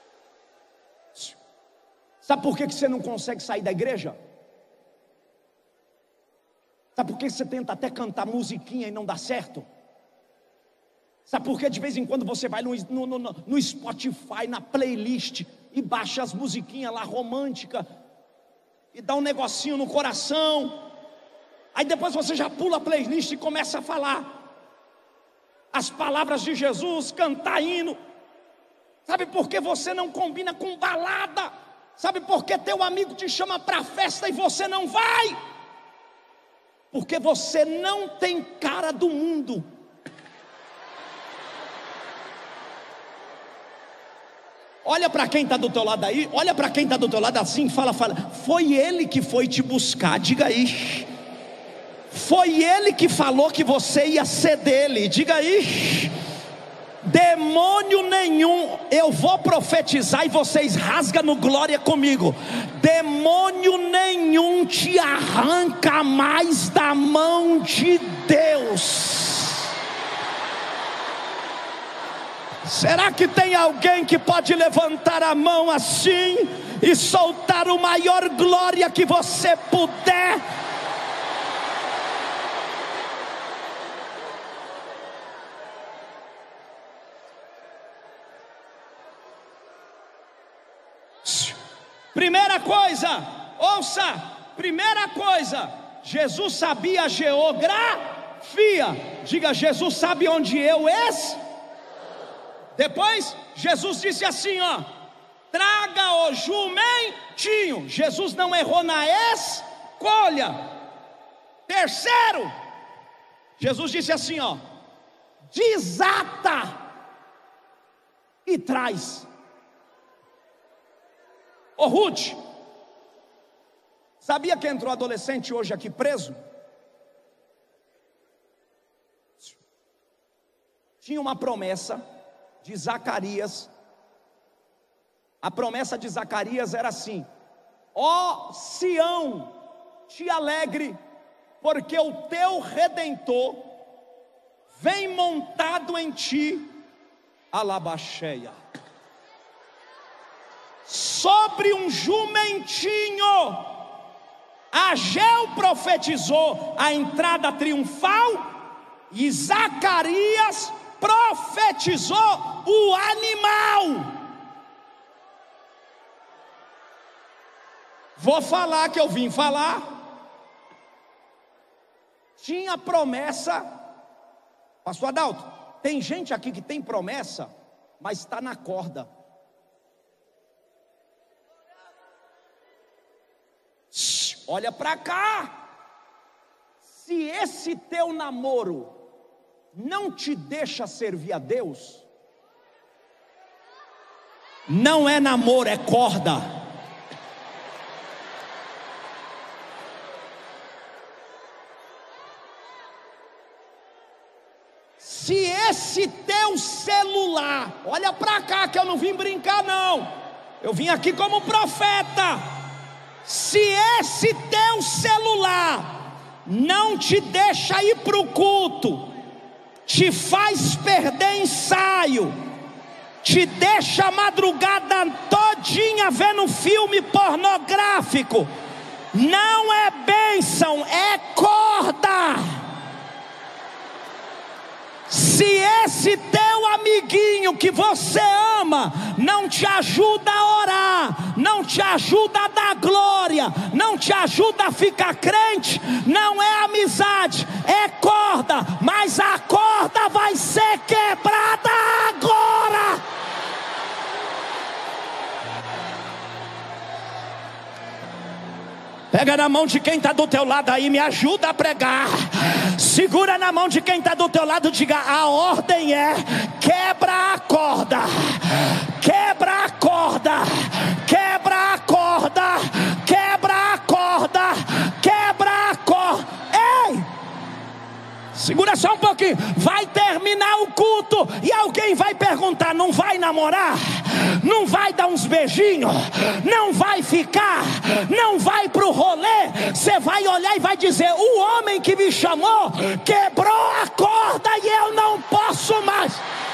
Sabe por que que você não consegue sair da igreja? Sabe por que você tenta até cantar musiquinha e não dá certo? Sabe por que de vez em quando você vai no, no, no, no Spotify, na playlist, e baixa as musiquinhas lá românticas, e dá um negocinho no coração, aí depois você já pula a playlist e começa a falar as palavras de Jesus, cantar hino? Sabe por que você não combina com balada? Sabe por que teu amigo te chama para festa e você não vai? Porque você não tem cara do mundo. Olha para quem está do teu lado aí, olha para quem está do teu lado assim, fala, fala: foi ele que foi te buscar, diga aí. Foi ele que falou que você ia ser dele, diga aí. Demônio nenhum, eu vou profetizar e vocês rasgam no glória comigo. Demônio nenhum te arranca mais da mão de Deus. Será que tem alguém que pode levantar a mão assim e soltar o maior glória que você puder? Primeira coisa, ouça, primeira coisa, Jesus sabia a geografia. Diga: Jesus sabe onde eu estou. Depois, Jesus disse assim, ó: traga o jumentinho. Jesus não errou na escolha. Terceiro, Jesus disse assim, ó: desata e traz. Ô Ruth, sabia que entrou adolescente hoje aqui preso? Tinha uma promessa de Zacarias. A promessa de Zacarias era assim: ó Sião, te alegre, porque o teu Redentor vem montado em ti, alabacheia, sobre um jumentinho. Ageu profetizou a entrada triunfal e Zacarias profetizou o animal. Vou falar que eu vim falar. Tinha promessa. Pastor Adalto, tem gente aqui que tem promessa, mas está na corda. Olha para cá. Se esse teu namoro não te deixa servir a Deus, não é namoro, é corda. Se esse teu celular, olha para cá que eu não vim brincar não, eu vim aqui como profeta. Se esse teu celular não te deixa ir para o culto, te faz perder ensaio, te deixa a madrugada todinha vendo filme pornográfico, não é bênção, é corda. esse teu amiguinho que você ama não te ajuda a orar, não te ajuda a dar glória, não te ajuda a ficar crente, não é amizade, é corda, mas a corda vai ser quebrada agora. Pega na mão de quem está do teu lado aí, me ajuda a pregar. Segura na mão de quem está do teu lado, diga: a ordem é quebra a corda, quebra a corda, quebra a corda, quebra a corda, quebra a corda. Ei! Segura só um pouquinho. Vai terminar o culto e alguém vai perguntar: não vai namorar? Não vai dar uns beijinhos? Não vai ficar? Não vai pro rolê? Você vai olhar e vai dizer: o homem que me chamou quebrou a corda e eu não posso mais.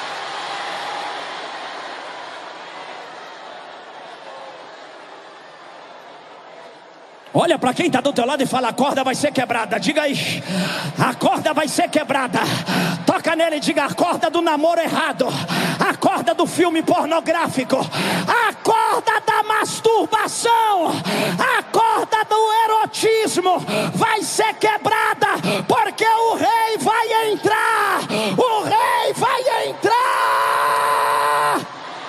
Olha para quem está do teu lado e fala: a corda vai ser quebrada. Diga aí: a corda vai ser quebrada. Toca nele e diga: a corda do namoro errado, a corda do filme pornográfico, a corda da masturbação, a corda do erotismo vai ser quebrada, porque o rei vai entrar, o rei vai entrar.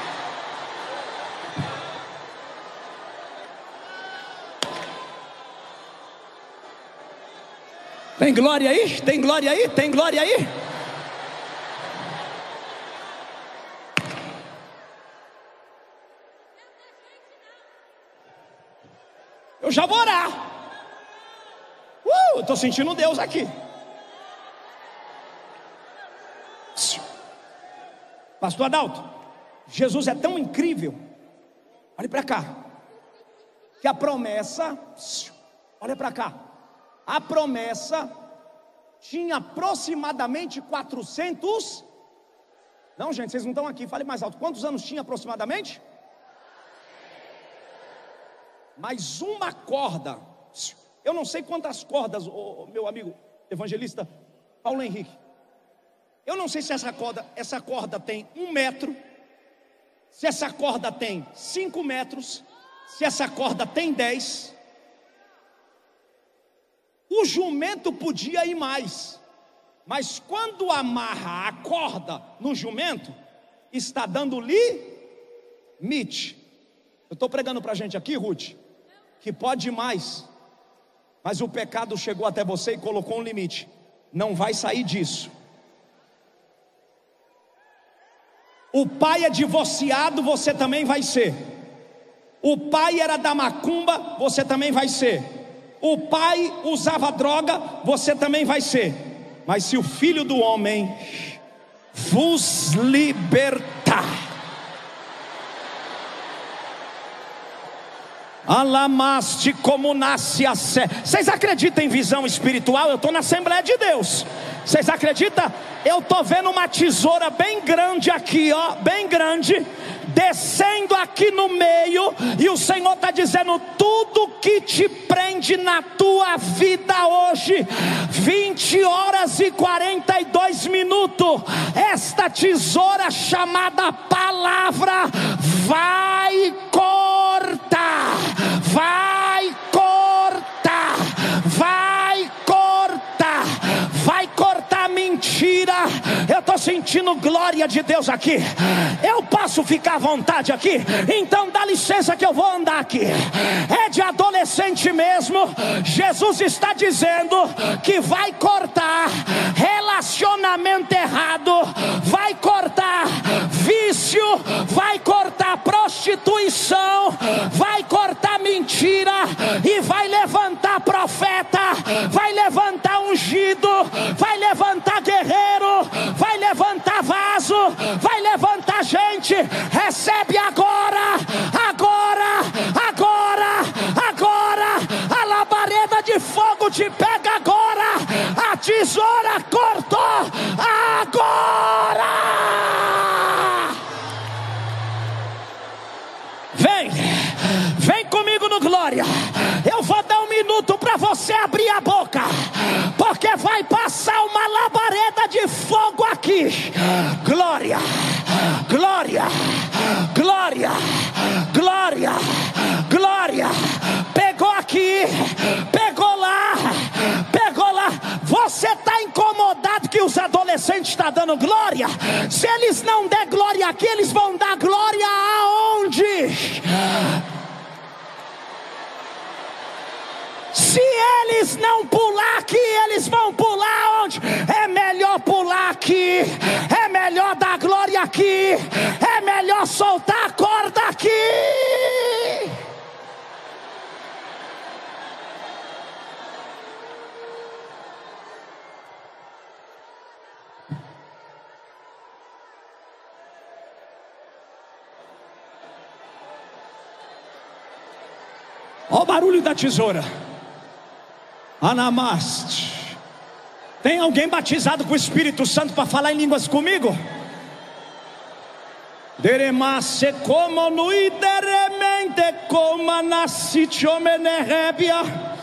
Tem glória aí? Tem glória aí? Tem glória aí? Eu já vou orar. Uh, eu estou sentindo Deus aqui. Pastor Adalto, Jesus é tão incrível. Olha para cá. Que a promessa, olha para cá. A promessa tinha aproximadamente quatrocentos. Não, gente, vocês não estão aqui, fale mais alto. Quantos anos tinha aproximadamente? Mais uma corda. Eu não sei quantas cordas, oh, meu amigo evangelista Paulo Henrique. Eu não sei se essa corda, essa corda tem um metro, se essa corda tem cinco metros, se essa corda tem dez. O jumento podia ir mais, mas quando amarra a corda no jumento, está dando limite. Eu estou pregando para a gente aqui, Ruth, que pode ir mais, mas o pecado chegou até você e colocou um limite. Não vai sair disso. O pai é divorciado, você também vai ser. O pai era da macumba, você também vai ser. O pai usava droga, você também vai ser. Mas se o Filho do Homem vos libertar, alamaste como nasce a sé. Vocês acreditam em visão espiritual? Eu estou na Assembleia de Deus. Vocês acreditam? Eu estou vendo uma tesoura bem grande aqui, ó, bem grande, descendo aqui no meio, e o Senhor está dizendo: tudo que te prende na tua vida hoje, vinte horas e quarenta e dois minutos, esta tesoura chamada palavra vai cortar, vai cortar, vai cortar, vai cortar mentira. Eu estou sentindo glória de Deus aqui. Eu posso ficar à vontade aqui? Então dá licença que eu vou andar aqui. É de adolescente mesmo. Jesus está dizendo que vai cortar relacionamento errado, vai cortar vício, vai cortar prostituição, vai cortar mentira, e vai levantar profeta, vai levantar ungido, vai levantar guerreiro, vai levantar vaso, vai levantar gente. Recebe agora, agora, agora, agora. A labareda de fogo te pega agora. A tesoura cortou agora. Vem, vem comigo no glória. Eu vou dar um minuto para você abrir a boca, porque vai passar uma labareda de fogo aqui. aqui. Glória, glória, glória, glória, glória. Pegou aqui, pegou lá, pegou lá. Você está incomodado que os adolescentes estão dando glória? Se eles não der glória aqui, eles vão dar glória aonde? Se eles não pular aqui, eles vão pular onde? É melhor pular aqui, é melhor dar glória aqui, é melhor soltar a corda aqui. Olha o barulho da tesoura. Anamast. Tem alguém batizado com o Espírito Santo para falar em línguas comigo? Deremasse como no ideremente como nascitiomenerebia.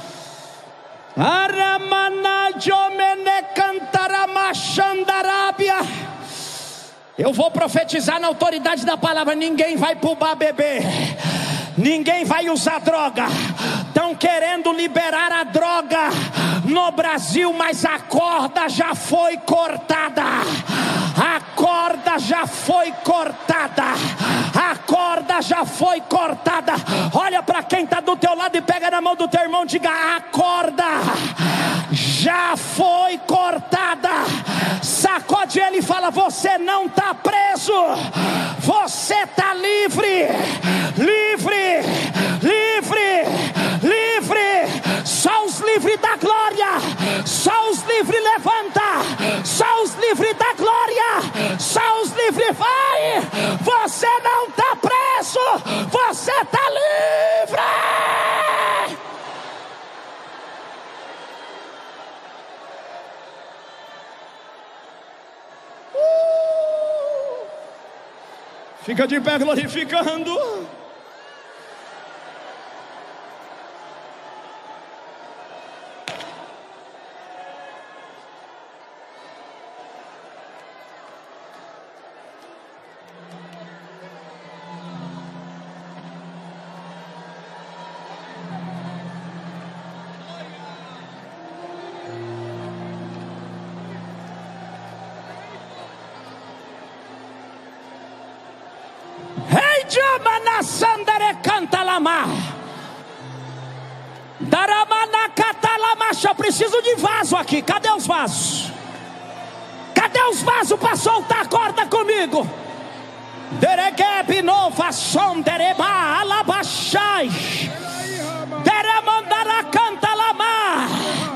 Aramana jomene cantaramachandarabia. Eu vou profetizar na autoridade da palavra. Ninguém vai pro bar beber, ninguém vai usar droga. Estão querendo liberar a droga no Brasil, mas a corda já foi cortada. A corda já foi cortada. A corda já foi cortada. Olha para quem está do teu lado e pega na mão do teu irmão e diga: a corda já foi cortada. Sacode ele e fala: você não está preso, você está livre, livre, livre, livre. Só os livres da glória, só os livres levanta, só os livres da glória, só os livres vai. Você não está preso, você está livre. Uh! Fica de pé glorificando. Sandere canta lama, daramana catalama. Eu preciso de vaso aqui. Cadê os vasos? Cadê os vasos para soltar a corda comigo? Deregueb nova sondereba alabashai, deramandara canta lama,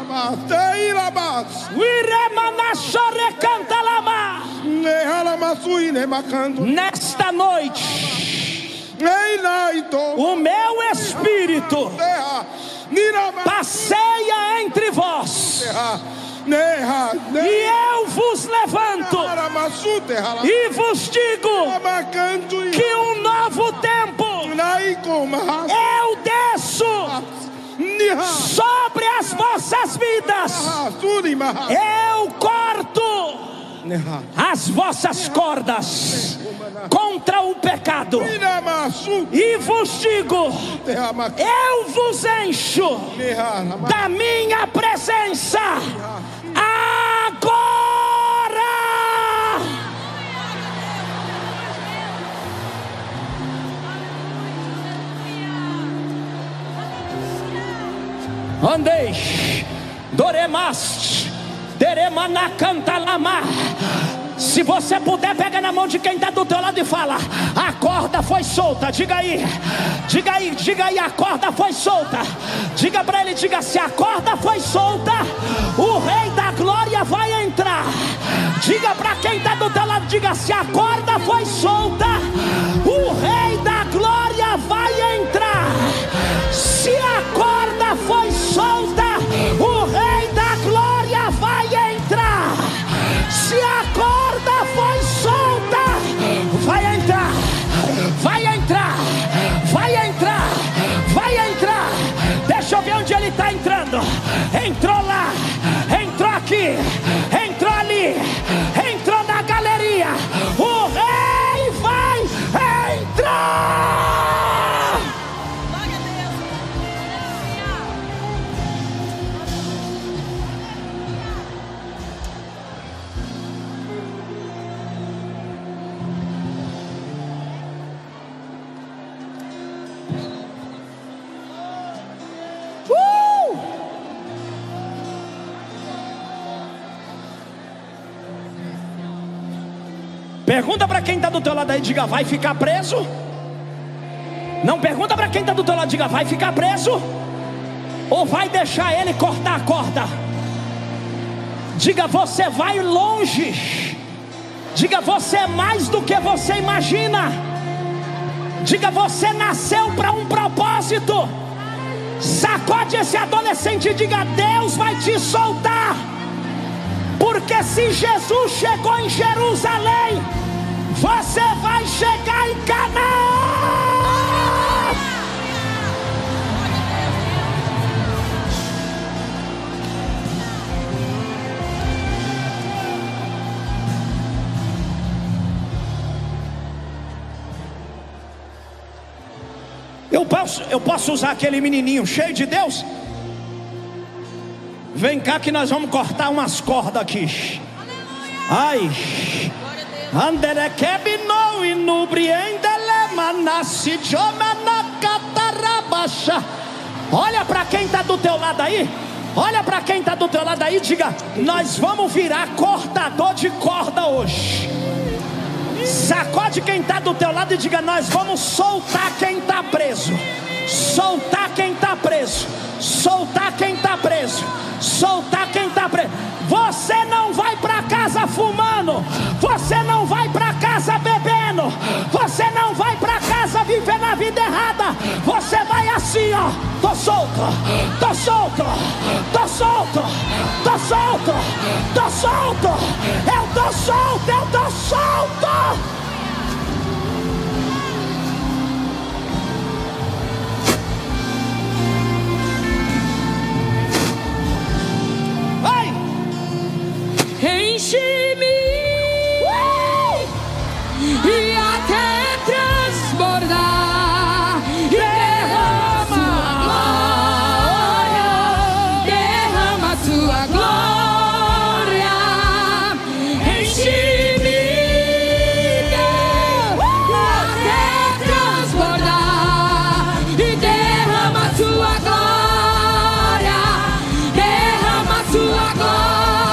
uiremana chore canta lama. Nesta noite o meu Espírito passeia entre vós, e eu vos levanto e vos digo que um novo tempo eu desço sobre as vossas vidas. Eu corto as vossas cordas contra o pecado e vos digo: eu vos encho da minha presença agora. Andei doremast deremanacantalama. Se você puder, pega na mão de quem está do teu lado e fala: a corda foi solta. Diga aí, diga aí, diga aí, a corda foi solta. Diga para ele, diga: se a corda foi solta, o Rei da Glória vai entrar. Diga para quem está do teu lado, diga: se a corda foi solta, o Rei da Glória vai entrar. Se a corda foi solta, o Rei da Glória vai entrar. Se a corda foi solta, vai entrar, vai entrar, vai entrar, vai entrar. Deixa eu ver onde ele está entrando. Entrou lá, entrou aqui, entrou ali, entrou na garganta. Pergunta para quem está do teu lado aí, diga, vai ficar preso? Não, pergunta para quem está do teu lado, diga, vai ficar preso? Ou vai deixar ele cortar a corda? Diga, você vai longe. Diga, você é mais do que você imagina. Diga, você nasceu para um propósito. Sacode esse adolescente e diga, Deus vai te soltar. Porque se Jesus chegou em Jerusalém, você vai chegar em Canaã. Eu posso, eu posso usar aquele menininho cheio de Deus? Vem cá que nós vamos cortar umas cordas aqui. Ai. Olha para quem está do teu lado aí. Olha para quem está do teu lado aí. Diga, nós vamos virar cortador de corda hoje. Sacode quem está do teu lado e diga, nós vamos soltar quem está preso. Soltar quem está preso. Soltar quem está preso. Soltar quem está preso. Você não vai para casa fumando. Você não vai para casa bebendo. Você não vai para casa vivendo a vida errada. Você vai assim, ó. Tô solto, tô solto, tô solto, tô solto, tô solto. Eu tô solto, eu tô solto. Enche-me uh! e até transbordar. Derrama a glória, derrama a tua glória. Enche-me uh! até transbordar e derrama a tua glória, derrama a tua glória.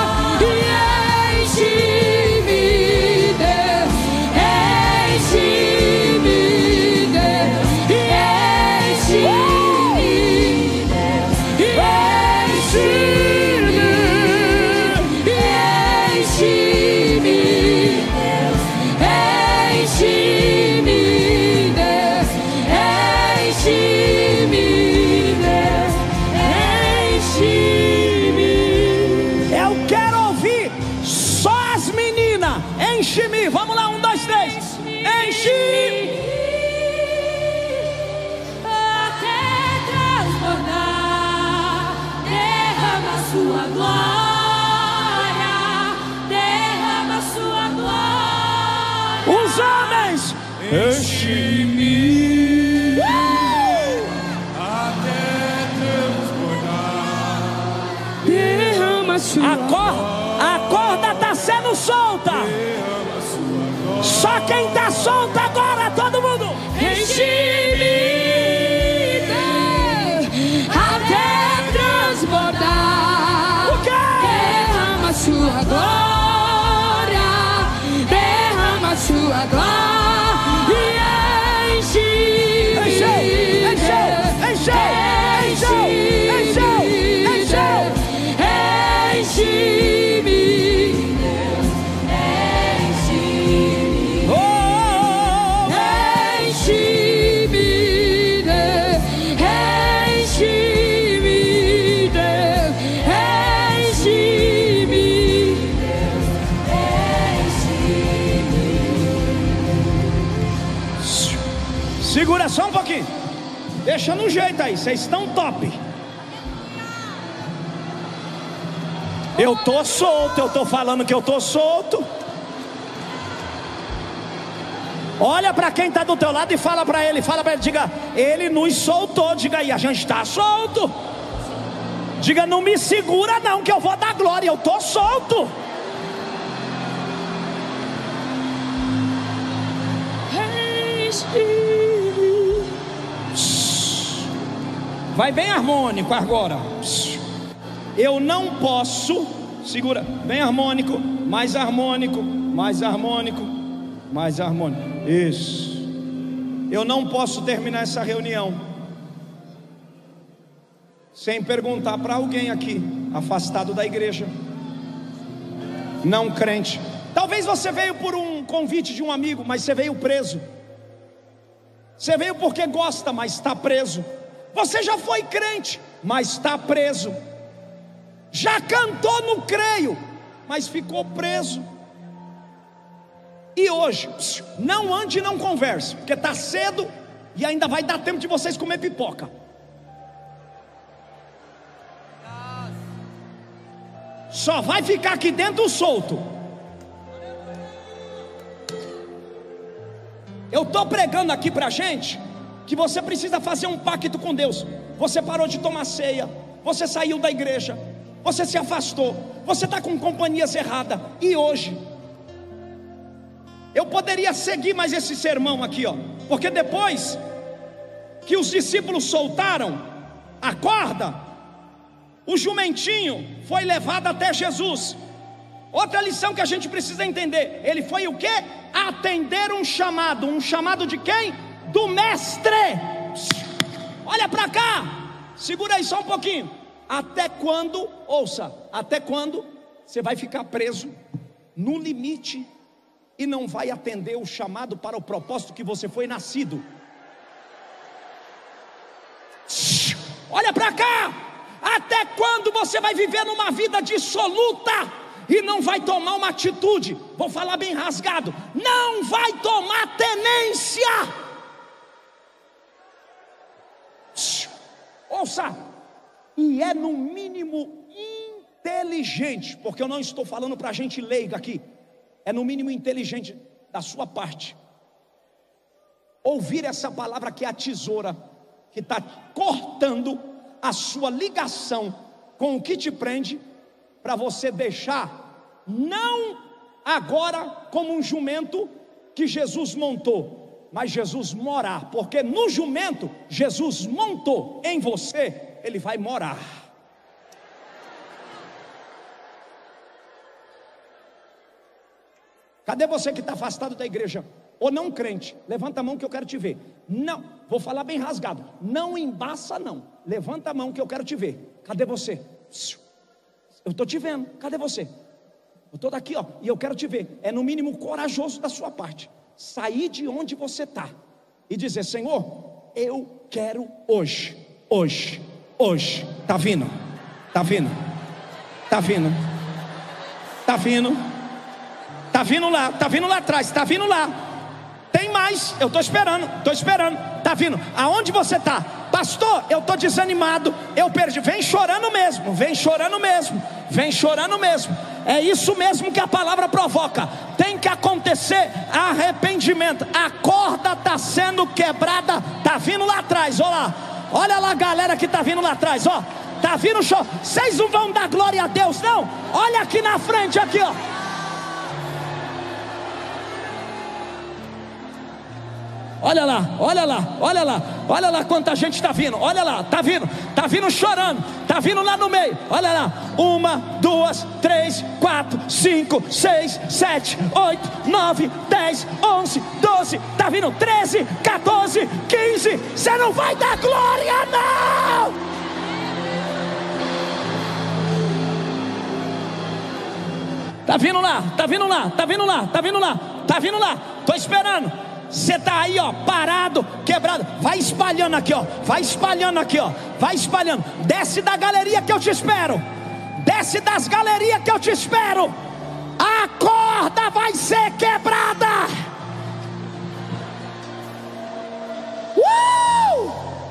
Enche-me, vamos lá, um, dois, três. Enche-me até transbordar. Derrama a sua glória, derrama a sua glória. Os homens, enche-me uh! até transbordar. Derrama a sua a, cor, a corda está sendo solta. Só quem está solto agora, todo mundo. Enche-me até transbordar. O quê? Derrama a sua glória, derrama a sua glória e enche-me. Encheu, encheu, encheu, encheu, encheu, encheu, enche-me. Segura só um pouquinho. Deixa no jeito aí, vocês estão top. Eu tô solto, eu tô falando que eu tô solto. Olha para quem está do teu lado e fala para ele, fala para ele, diga, ele nos soltou, diga aí, a gente está solto. Diga, não me segura não, que eu vou dar glória, eu tô solto. Vai bem harmônico agora. Eu não posso, segura, bem harmônico, mais harmônico, mais harmônico. Mais harmônico. Isso. Eu não posso terminar essa reunião sem perguntar para alguém aqui, afastado da igreja, não crente. Talvez você veio por um convite de um amigo, mas você veio preso. Você veio porque gosta, mas está preso. Você já foi crente, mas está preso. Já cantou no creio, mas ficou preso. E hoje, não ande e não converse, porque está cedo e ainda vai dar tempo de vocês comer pipoca. Só vai ficar aqui dentro solto. Eu estou pregando aqui para a gente que você precisa fazer um pacto com Deus. Você parou de tomar ceia, você saiu da igreja, você se afastou, você está com companhias erradas. E hoje, eu poderia seguir mais esse sermão aqui, ó, porque depois que os discípulos soltaram a corda, o jumentinho foi levado até Jesus. Outra lição que a gente precisa entender: ele foi o quê? Atender um chamado. Um chamado de quem? Do mestre. Olha para cá, segura aí só um pouquinho. Até quando, ouça, até quando você vai ficar preso no limite e não vai atender o chamado para o propósito que você foi nascido? Olha para cá. Até quando você vai viver numa vida dissoluta e não vai tomar uma atitude? Vou falar bem rasgado: não vai tomar tenência. Ouça, e é no mínimo inteligente, porque eu não estou falando para gente leiga aqui, é no mínimo inteligente da sua parte ouvir essa palavra que é a tesoura, que está cortando a sua ligação com o que te prende, para você deixar, não agora como um jumento que Jesus montou, mas Jesus morar, porque no jumento Jesus montou, em você ele vai morar. Cadê você que está afastado da igreja, ou não crente? Levanta a mão que eu quero te ver. Não, vou falar bem rasgado, não embaça não, levanta a mão que eu quero te ver. Cadê você? Eu estou te vendo, cadê você? Eu estou daqui, ó, e eu quero te ver. É no mínimo corajoso da sua parte sair de onde você está e dizer: Senhor, eu quero hoje, hoje, hoje. Está vindo, está vindo, está vindo, está vindo, está vindo lá, está vindo lá atrás, está vindo lá. Tem mais, eu estou esperando, estou esperando, está vindo. Aonde você está? Pastor, eu estou desanimado, eu perdi. Vem chorando mesmo, vem chorando mesmo, vem chorando mesmo. É isso mesmo que a palavra provoca. Tem que acontecer arrependimento. A corda está sendo quebrada, está vindo lá atrás, olha lá. Olha lá a galera que está vindo lá atrás, ó. Está vindo show. Vocês não vão dar glória a Deus, não? Olha aqui na frente, aqui, ó. Olha lá, olha lá, olha lá, olha lá quanta gente está vindo, olha lá, está vindo, está vindo chorando, está vindo lá no meio, olha lá, uma, duas, três, quatro, cinco, seis, sete, oito, nove, dez, onze, doze, está vindo treze, quatorze, quinze, você não vai dar glória não! Está vindo lá, está vindo lá, está vindo lá, está vindo lá, está vindo lá, estou esperando. Você está aí, ó, parado, quebrado. Vai espalhando aqui, ó. Vai espalhando aqui, ó. Vai espalhando. Desce da galeria que eu te espero. Desce das galerias que eu te espero. A corda vai ser quebrada. Uh!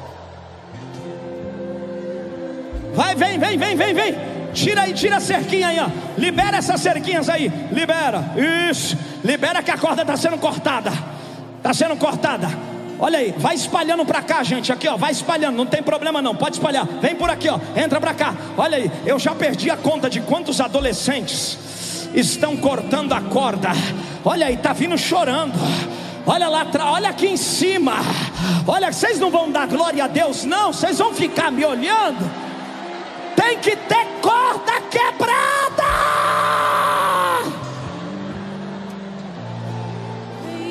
Vai, vem, vem, vem, vem, vem. Tira aí, tira a cerquinha aí, ó. Libera essas cerquinhas aí. Libera. Isso. Libera que a corda está sendo cortada. Está sendo cortada. Olha aí, vai espalhando para cá, gente. Aqui, ó, vai espalhando, não tem problema não, pode espalhar. Vem por aqui, ó, entra para cá. Olha aí, eu já perdi a conta de quantos adolescentes estão cortando a corda. Olha aí, tá vindo chorando. Olha lá atrás, olha aqui em cima. Olha, vocês não vão dar glória a Deus não, vocês vão ficar me olhando. Tem que ter corda quebrada.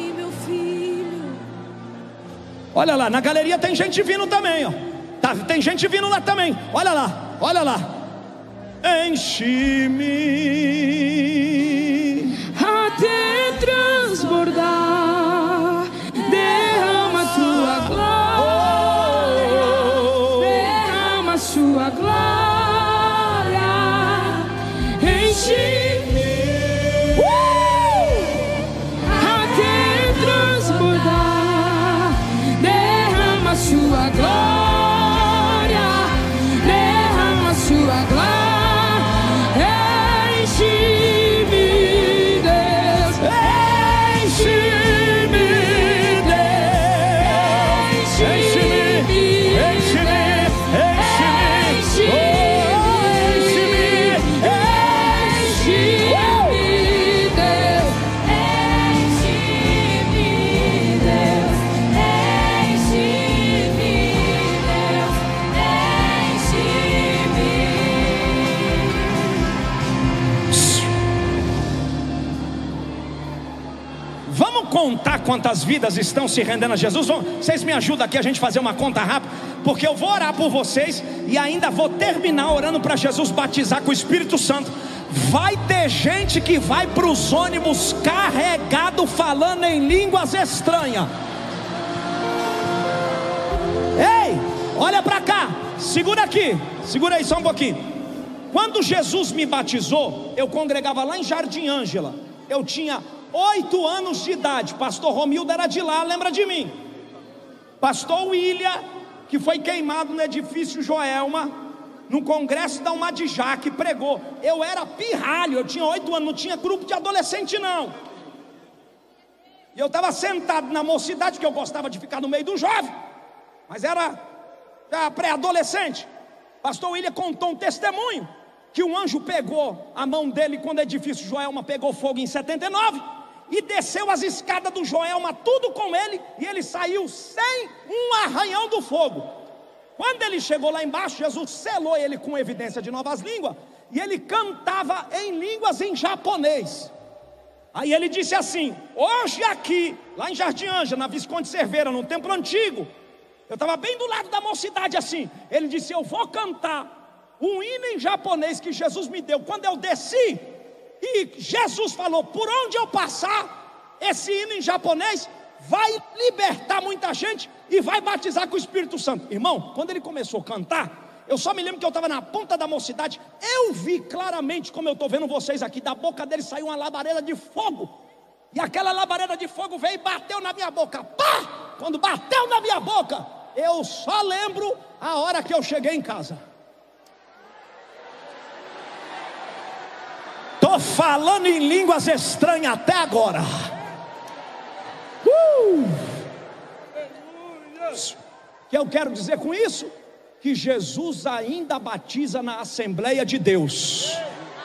Olha lá, na galeria tem gente vindo também, ó. Tá, tem gente vindo lá também. Olha lá, olha lá. Enche-me até transbordar, derrama tua glória, derrama sua glória, enche-me até transbordar, derrama sua glória, derrama sua glória. Contar quantas vidas estão se rendendo a Jesus. Vocês me ajudam aqui a gente fazer uma conta rápida, porque eu vou orar por vocês e ainda vou terminar orando para Jesus batizar com o Espírito Santo. Vai ter gente que vai para os ônibus carregado falando em línguas estranhas. Ei, olha para cá, segura aqui, segura aí só um pouquinho. Quando Jesus me batizou, eu congregava lá em Jardim Ângela. Eu tinha oito anos de idade. Pastor Romildo era de lá, lembra de mim? Pastor William, que foi queimado no edifício Joelma, no congresso da Umadijá, que pregou. Eu era pirralho, eu tinha oito anos, não tinha grupo de adolescente não. E eu estava sentado na mocidade, que eu gostava de ficar no meio do jovem, mas era pré-adolescente. Pastor William contou um testemunho, que um anjo pegou a mão dele quando o edifício Joelma pegou fogo em setenta e nove, e desceu as escadas do Joelma, tudo com ele, e ele saiu sem um arranhão do fogo. Quando ele chegou lá embaixo, Jesus selou ele com evidência de novas línguas, e ele cantava em línguas em japonês. Aí ele disse assim: hoje aqui, lá em Jardim Ângela, na Visconde Cerveira, no templo antigo, eu estava bem do lado da mocidade assim. Ele disse: eu vou cantar um hino em japonês que Jesus me deu. Quando eu desci, e Jesus falou: por onde eu passar, esse hino em japonês vai libertar muita gente e vai batizar com o Espírito Santo. Irmão, quando ele começou a cantar, eu só me lembro que eu estava na ponta da mocidade. Eu vi claramente, como eu estou vendo vocês aqui, da boca dele saiu uma labareda de fogo, e aquela labareda de fogo veio e bateu na minha boca. Pá! Quando bateu na minha boca, eu só lembro a hora que eu cheguei em casa. Estou falando em línguas estranhas até agora. Uh! O que eu quero dizer com isso? Que Jesus ainda batiza na Assembleia de Deus.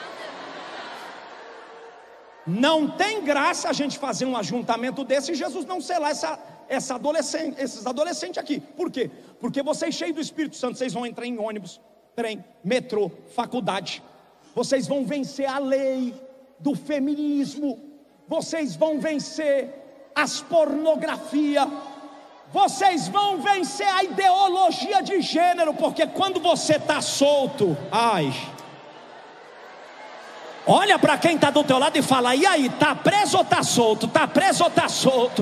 Não tem graça a gente fazer um ajuntamento desse e Jesus não selar essa, essa adolescente, esses adolescentes aqui. Por quê? Porque vocês cheios do Espírito Santo, vocês vão entrar em ônibus, trem, metrô, faculdade. Vocês vão vencer a lei do feminismo. Vocês vão vencer as pornografias. Vocês vão vencer a ideologia de gênero. Porque quando você está solto, ai, olha para quem está do teu lado e fala: e aí, está preso ou está solto? Está preso ou está solto?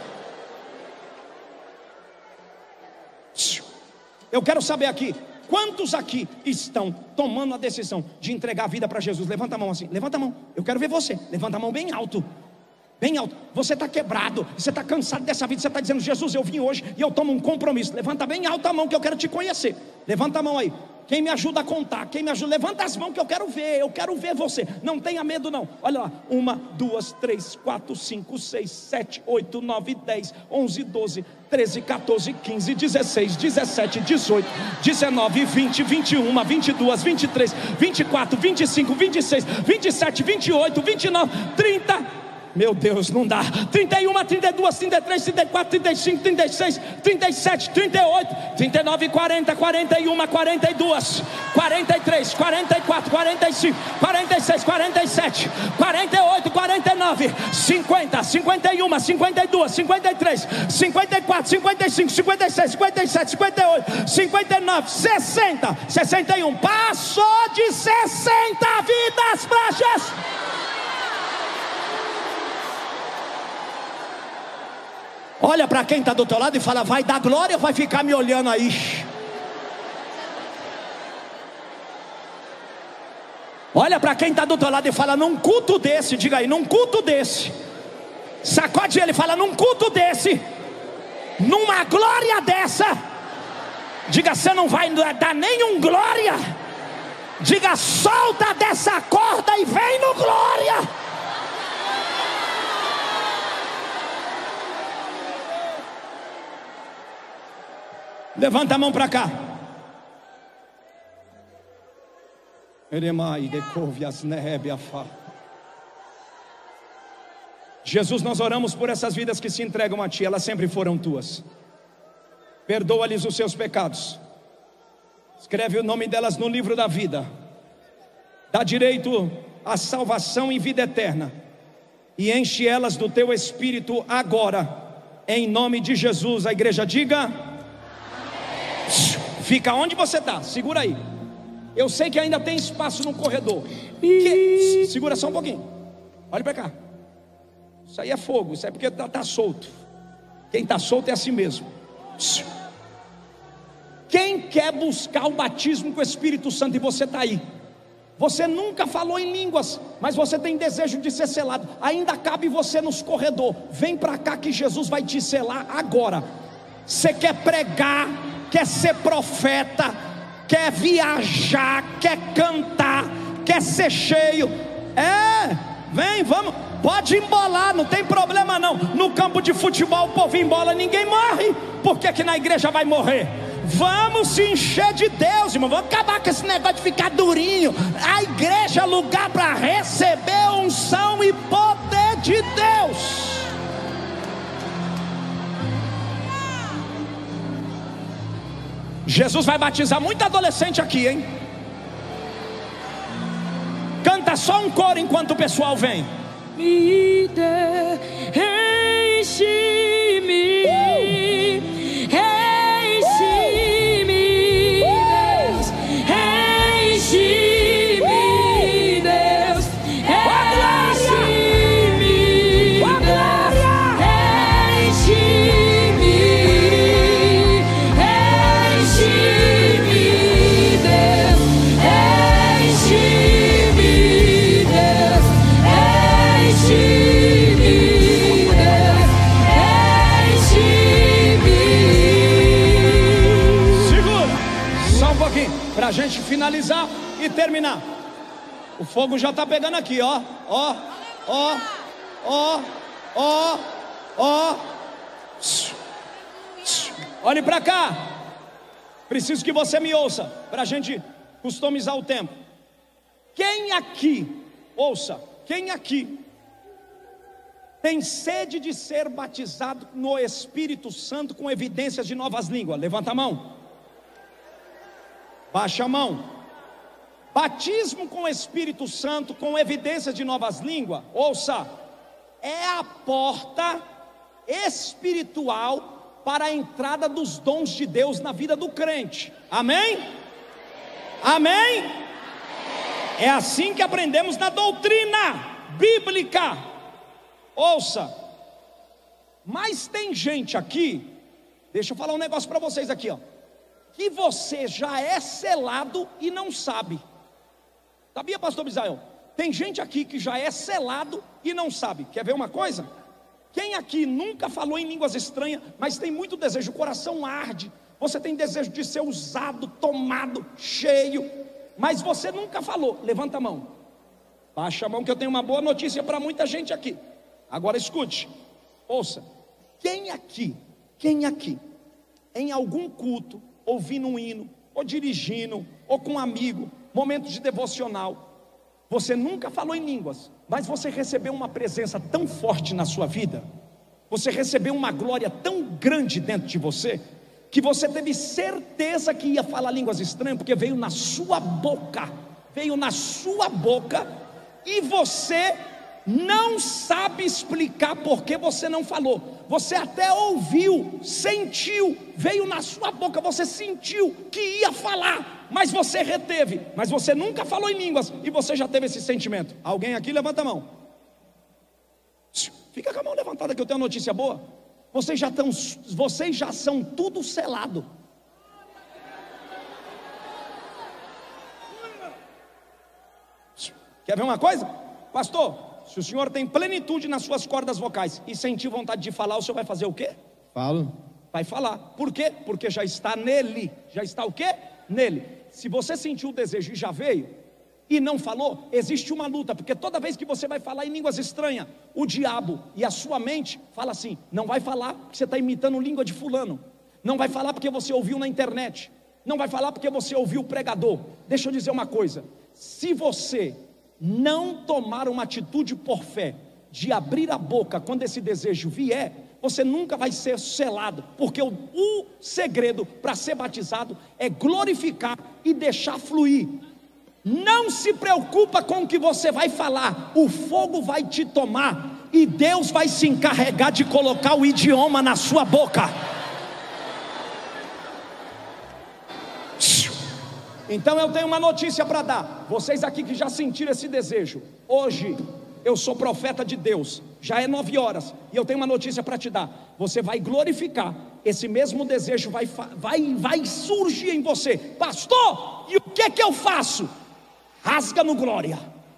Eu quero saber aqui, quantos aqui estão tomando a decisão de entregar a vida para Jesus? Levanta a mão assim, levanta a mão, eu quero ver você. Levanta a mão bem alto, bem alto. Você está quebrado, você está cansado dessa vida. Você está dizendo: Jesus, eu vim hoje e eu tomo um compromisso. Levanta bem alto a mão que eu quero te conhecer. Levanta a mão aí. Quem me ajuda a contar? Quem me ajuda? Levanta as mãos que eu quero ver. Eu quero ver você. Não tenha medo não. Olha lá. Uma, duas, três, quatro, cinco, seis, sete, oito, nove, dez, onze, doze, treze, quatorze, quinze, dezesseis, dezessete, dezoito, dezenove, vinte, vinte e um, vinte e dois, vinte e três, vinte e quatro, vinte e cinco, vinte e seis, vinte e sete, vinte e oito, vinte e nove, trinta. Meu Deus, não dá. trinta e um, trinta e dois, trinta e três, trinta e quatro, trinta e cinco, trinta e seis, trinta e sete, trinta e oito, trinta e nove, quarenta, quarenta e um, quarenta e dois, quarenta e três, quarenta e quatro, quarenta e cinco, quarenta e seis, quarenta e sete, quarenta e oito, quarenta e nove. nove, cinquenta, cinquenta e um, cinquenta e dois, cinquenta e três, cinquenta e quatro, cinquenta e cinco, cinquenta e seis, cinquenta e sete, cinquenta e oito, cinquenta e nove, sessenta, sessenta e um. Passou de sessenta vidas para Jesus. Olha para quem está do teu lado e fala: vai dar glória ou vai ficar me olhando aí? Olha para quem está do teu lado e fala: num culto desse, diga aí, num culto desse, sacode ele e fala: num culto desse, numa glória dessa, diga, você não vai dar nenhum glória, diga, solta dessa corda e vem no glória. Levanta a mão para cá. Jesus, nós oramos por essas vidas que se entregam a Ti, elas sempre foram Tuas. Perdoa-lhes os seus pecados, escreve o nome delas no livro da vida, dá direito à salvação e vida eterna, e enche elas do Teu Espírito agora, em nome de Jesus. A igreja diga amém. Fica onde você está, segura aí. Eu sei que ainda tem espaço no corredor. Que... Segura só um pouquinho. Olha para cá. Isso aí é fogo. Isso é porque está tá solto. Quem está solto é assim mesmo. Quem quer buscar o batismo com o Espírito Santo e você está aí, você nunca falou em línguas, mas você tem desejo de ser selado, ainda cabe você nos corredor. Vem para cá que Jesus vai te selar agora. Você quer pregar, quer ser profeta, quer viajar, quer cantar, quer ser cheio, é, vem, vamos, pode embolar, não tem problema não. No campo de futebol o povo embola, ninguém morre. Por que que na igreja vai morrer? Vamos se encher de Deus, irmão. Vamos acabar com esse negócio de ficar durinho. A igreja é lugar para receber unção e poder de Deus. Jesus vai batizar muito adolescente aqui, hein? Canta só um coro enquanto o pessoal vem. Me dê, enche-me, enche-me, Deus, enche-me, Deus, enche-me, enche-me, enche-me, Deus, enche-me, Deus, enche-me, Deus, enche-me. Segura, só um pouquinho, para a gente finalizar e terminar. O fogo já está pegando aqui, ó, ó, ó, ó, ó, ó. Olhe para cá. Preciso que você me ouça, para a gente customizar o tempo. Quem aqui, ouça, quem aqui tem sede de ser batizado no Espírito Santo com evidências de novas línguas? Levanta a mão. Baixa a mão. Batismo com o Espírito Santo com evidências de novas línguas, ouça, é a porta espiritual para a entrada dos dons de Deus na vida do crente. Amém? Amém? É assim que aprendemos na doutrina bíblica. Ouça, mas tem gente aqui, deixa eu falar um negócio para vocês aqui, ó, que você já é selado e não sabe. Sabia, pastor Misael? Tem gente aqui que já é selado e não sabe. Quer ver uma coisa? Quem aqui nunca falou em línguas estranhas, mas tem muito desejo, o coração arde, você tem desejo de ser usado, tomado, cheio, mas você nunca falou? Levanta a mão. Baixa a mão que eu tenho uma boa notícia para muita gente aqui. Agora escute, ouça. Quem aqui, quem aqui, em algum culto, ouvindo um hino, ou dirigindo, ou com um amigo, momento de devocional, você nunca falou em línguas, mas você recebeu uma presença tão forte na sua vida, você recebeu uma glória tão grande dentro de você, que você teve certeza que ia falar línguas estranhas, porque veio na sua boca, veio na sua boca, e você não sabe explicar por que você não falou. Você até ouviu, sentiu, veio na sua boca, você sentiu que ia falar, mas você reteve. Mas você nunca falou em línguas e você já teve esse sentimento. Alguém aqui levanta a mão. Fica com a mão levantada que eu tenho uma notícia boa. Vocês já estão, vocês já são tudo selado. Quer ver uma coisa? Pastor, se o senhor tem plenitude nas suas cordas vocais e sentir vontade de falar, o senhor vai fazer o quê? Falo. Vai falar. Por quê? Porque já está nele. Já está o quê? Nele. Se você sentiu o desejo e já veio e não falou, existe uma luta, porque toda vez que você vai falar em línguas estranhas, o diabo e a sua mente fala assim: não vai falar porque você está imitando língua de fulano, não vai falar porque você ouviu na internet, não vai falar porque você ouviu o pregador. Deixa eu dizer uma coisa: se você não tomar uma atitude por fé, de abrir a boca quando esse desejo vier, você nunca vai ser selado, porque o, o segredo para ser batizado é glorificar e deixar fluir. Não se preocupa com o que você vai falar, o fogo vai te tomar e Deus vai se encarregar de colocar o idioma na sua boca. Então eu tenho uma notícia para dar. Vocês aqui que já sentiram esse desejo, hoje eu sou profeta de Deus, já é nove horas, e eu tenho uma notícia para te dar. Você vai glorificar, esse mesmo desejo vai, vai, vai surgir em você. Pastor, e o que é que eu faço? Rasga no glória.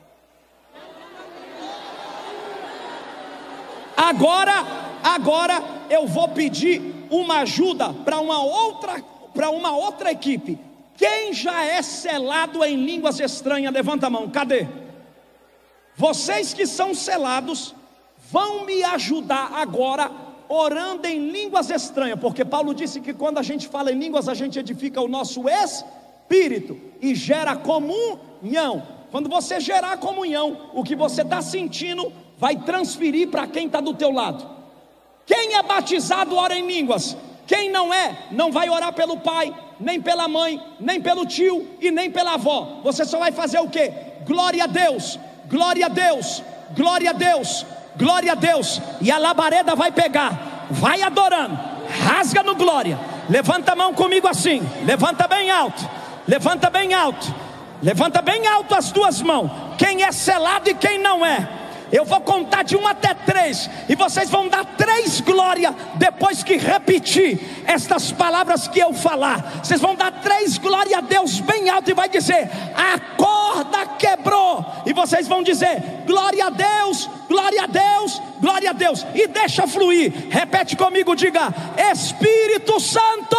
Agora, agora eu vou pedir uma ajuda para uma outra, para uma outra equipe. Quem já é selado em línguas estranhas, levanta a mão. Cadê? Vocês que são selados vão me ajudar agora orando em línguas estranhas, porque Paulo disse que quando a gente fala em línguas, a gente edifica o nosso espírito e gera comunhão. Quando você gerar comunhão, o que você está sentindo vai transferir para quem está do teu lado. Quem é batizado ora em línguas. Quem não é, não vai orar pelo pai, nem pela mãe, nem pelo tio e nem pela avó. Você só vai fazer o quê? Glória a Deus, glória a Deus, glória a Deus, glória a Deus. E a labareda vai pegar, vai adorando, rasga no glória. Levanta a mão comigo assim, levanta bem alto, levanta bem alto, levanta bem alto as duas mãos. Quem é selado e quem não é. Eu vou contar de um até três, e vocês vão dar três glórias depois que repetir estas palavras que eu falar. Vocês vão dar três glórias a Deus bem alto e vai dizer: a corda quebrou. E vocês vão dizer: glória a Deus, glória a Deus, glória a Deus. E deixa fluir. Repete comigo, diga: Espírito Santo,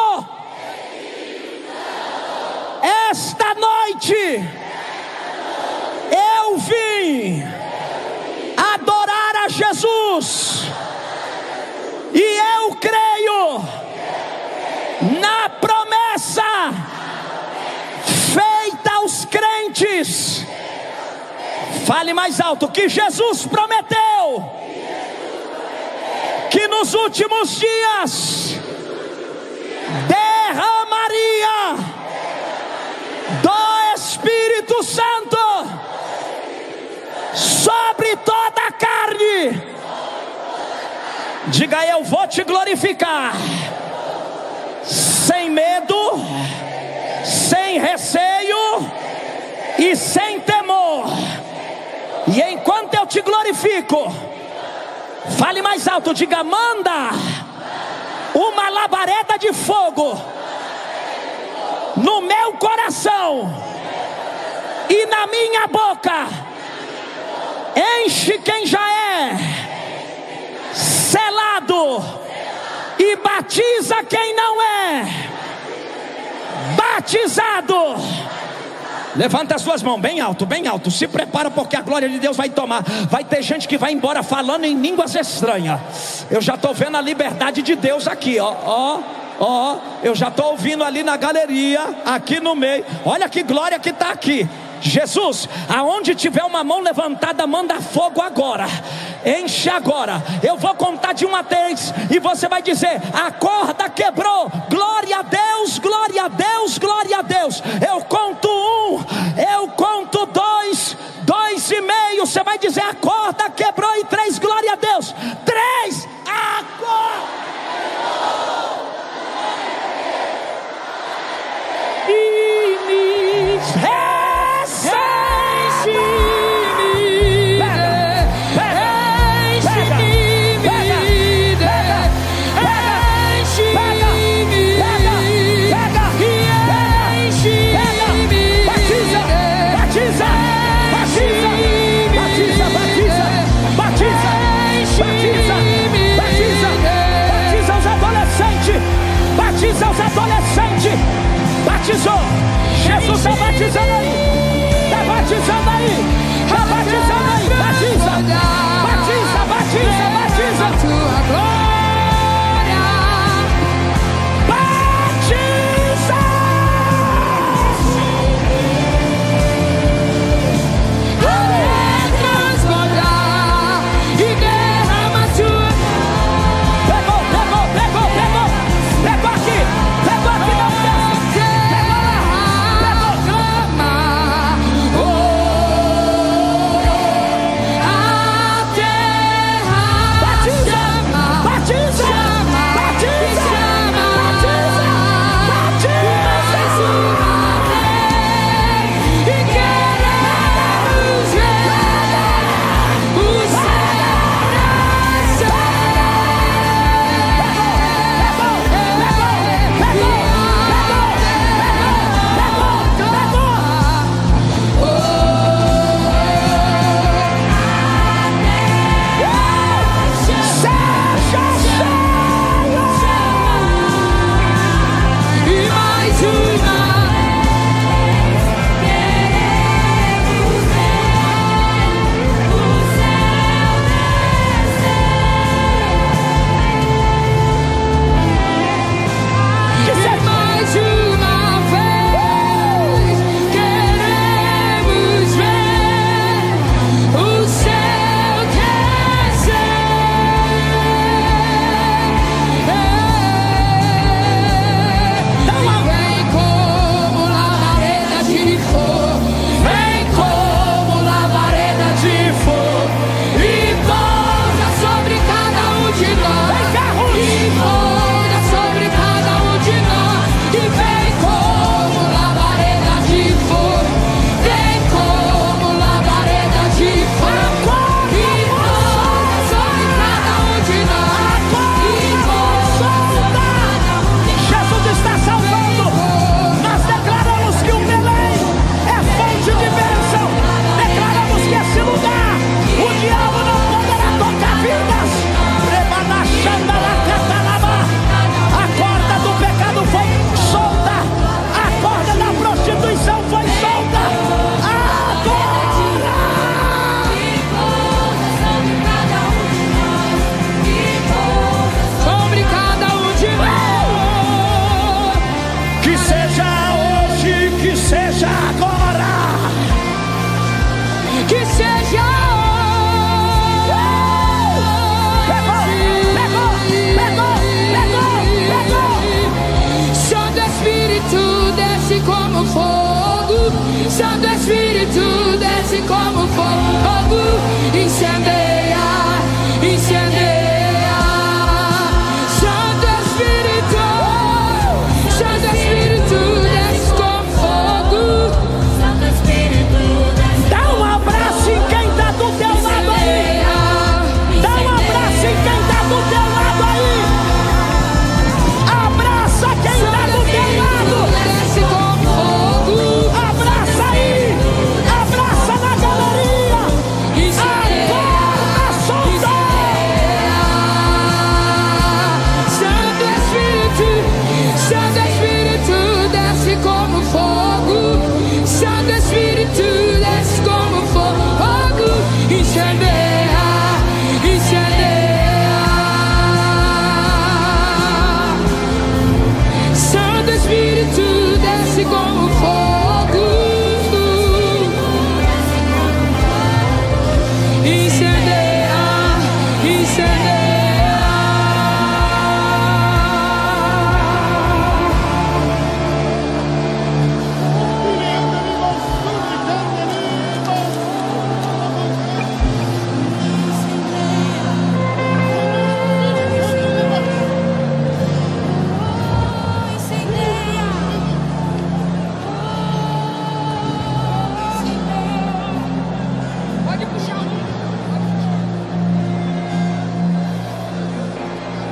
esta noite eu vim adorar a Jesus, e eu creio na promessa feita aos crentes. Fale mais alto: que Jesus prometeu que nos últimos dias derramaria do Espírito Santo sobre toda a carne. Diga: eu vou te glorificar sem medo, sem receio e sem temor. E enquanto eu te glorifico, fale mais alto, diga: manda uma labareda de fogo no meu coração e na minha boca. Enche quem já é selado e batiza quem não é batizado. Levanta as suas mãos bem alto, bem alto. Se prepara, porque a glória de Deus vai tomar. Vai ter gente que vai embora falando em línguas estranhas. Eu já estou vendo a liberdade de Deus aqui, ó, ó, ó. Eu já estou ouvindo ali na galeria, aqui no meio. Olha que glória que está aqui. Jesus, aonde tiver uma mão levantada, manda fogo agora. Enche agora. Eu vou contar de um a três e você vai dizer: a corda quebrou. Glória a Deus, glória a Deus, glória a Deus. Eu conto um, eu conto dois, dois e meio. Você vai dizer: a corda porta quebrou e três, glória a Deus. Três, agora. E me batizou, Jesus está batizando aí, está batizando aí, está batizando aí, batiza, batiza, batiza, batiza, a tua glória, batiza, até transbordar e derrama a tua. Pegou, pegou, pegou, pegou, pegou aqui, pegou aqui, não esquece. Santo Espírito desce como fogo.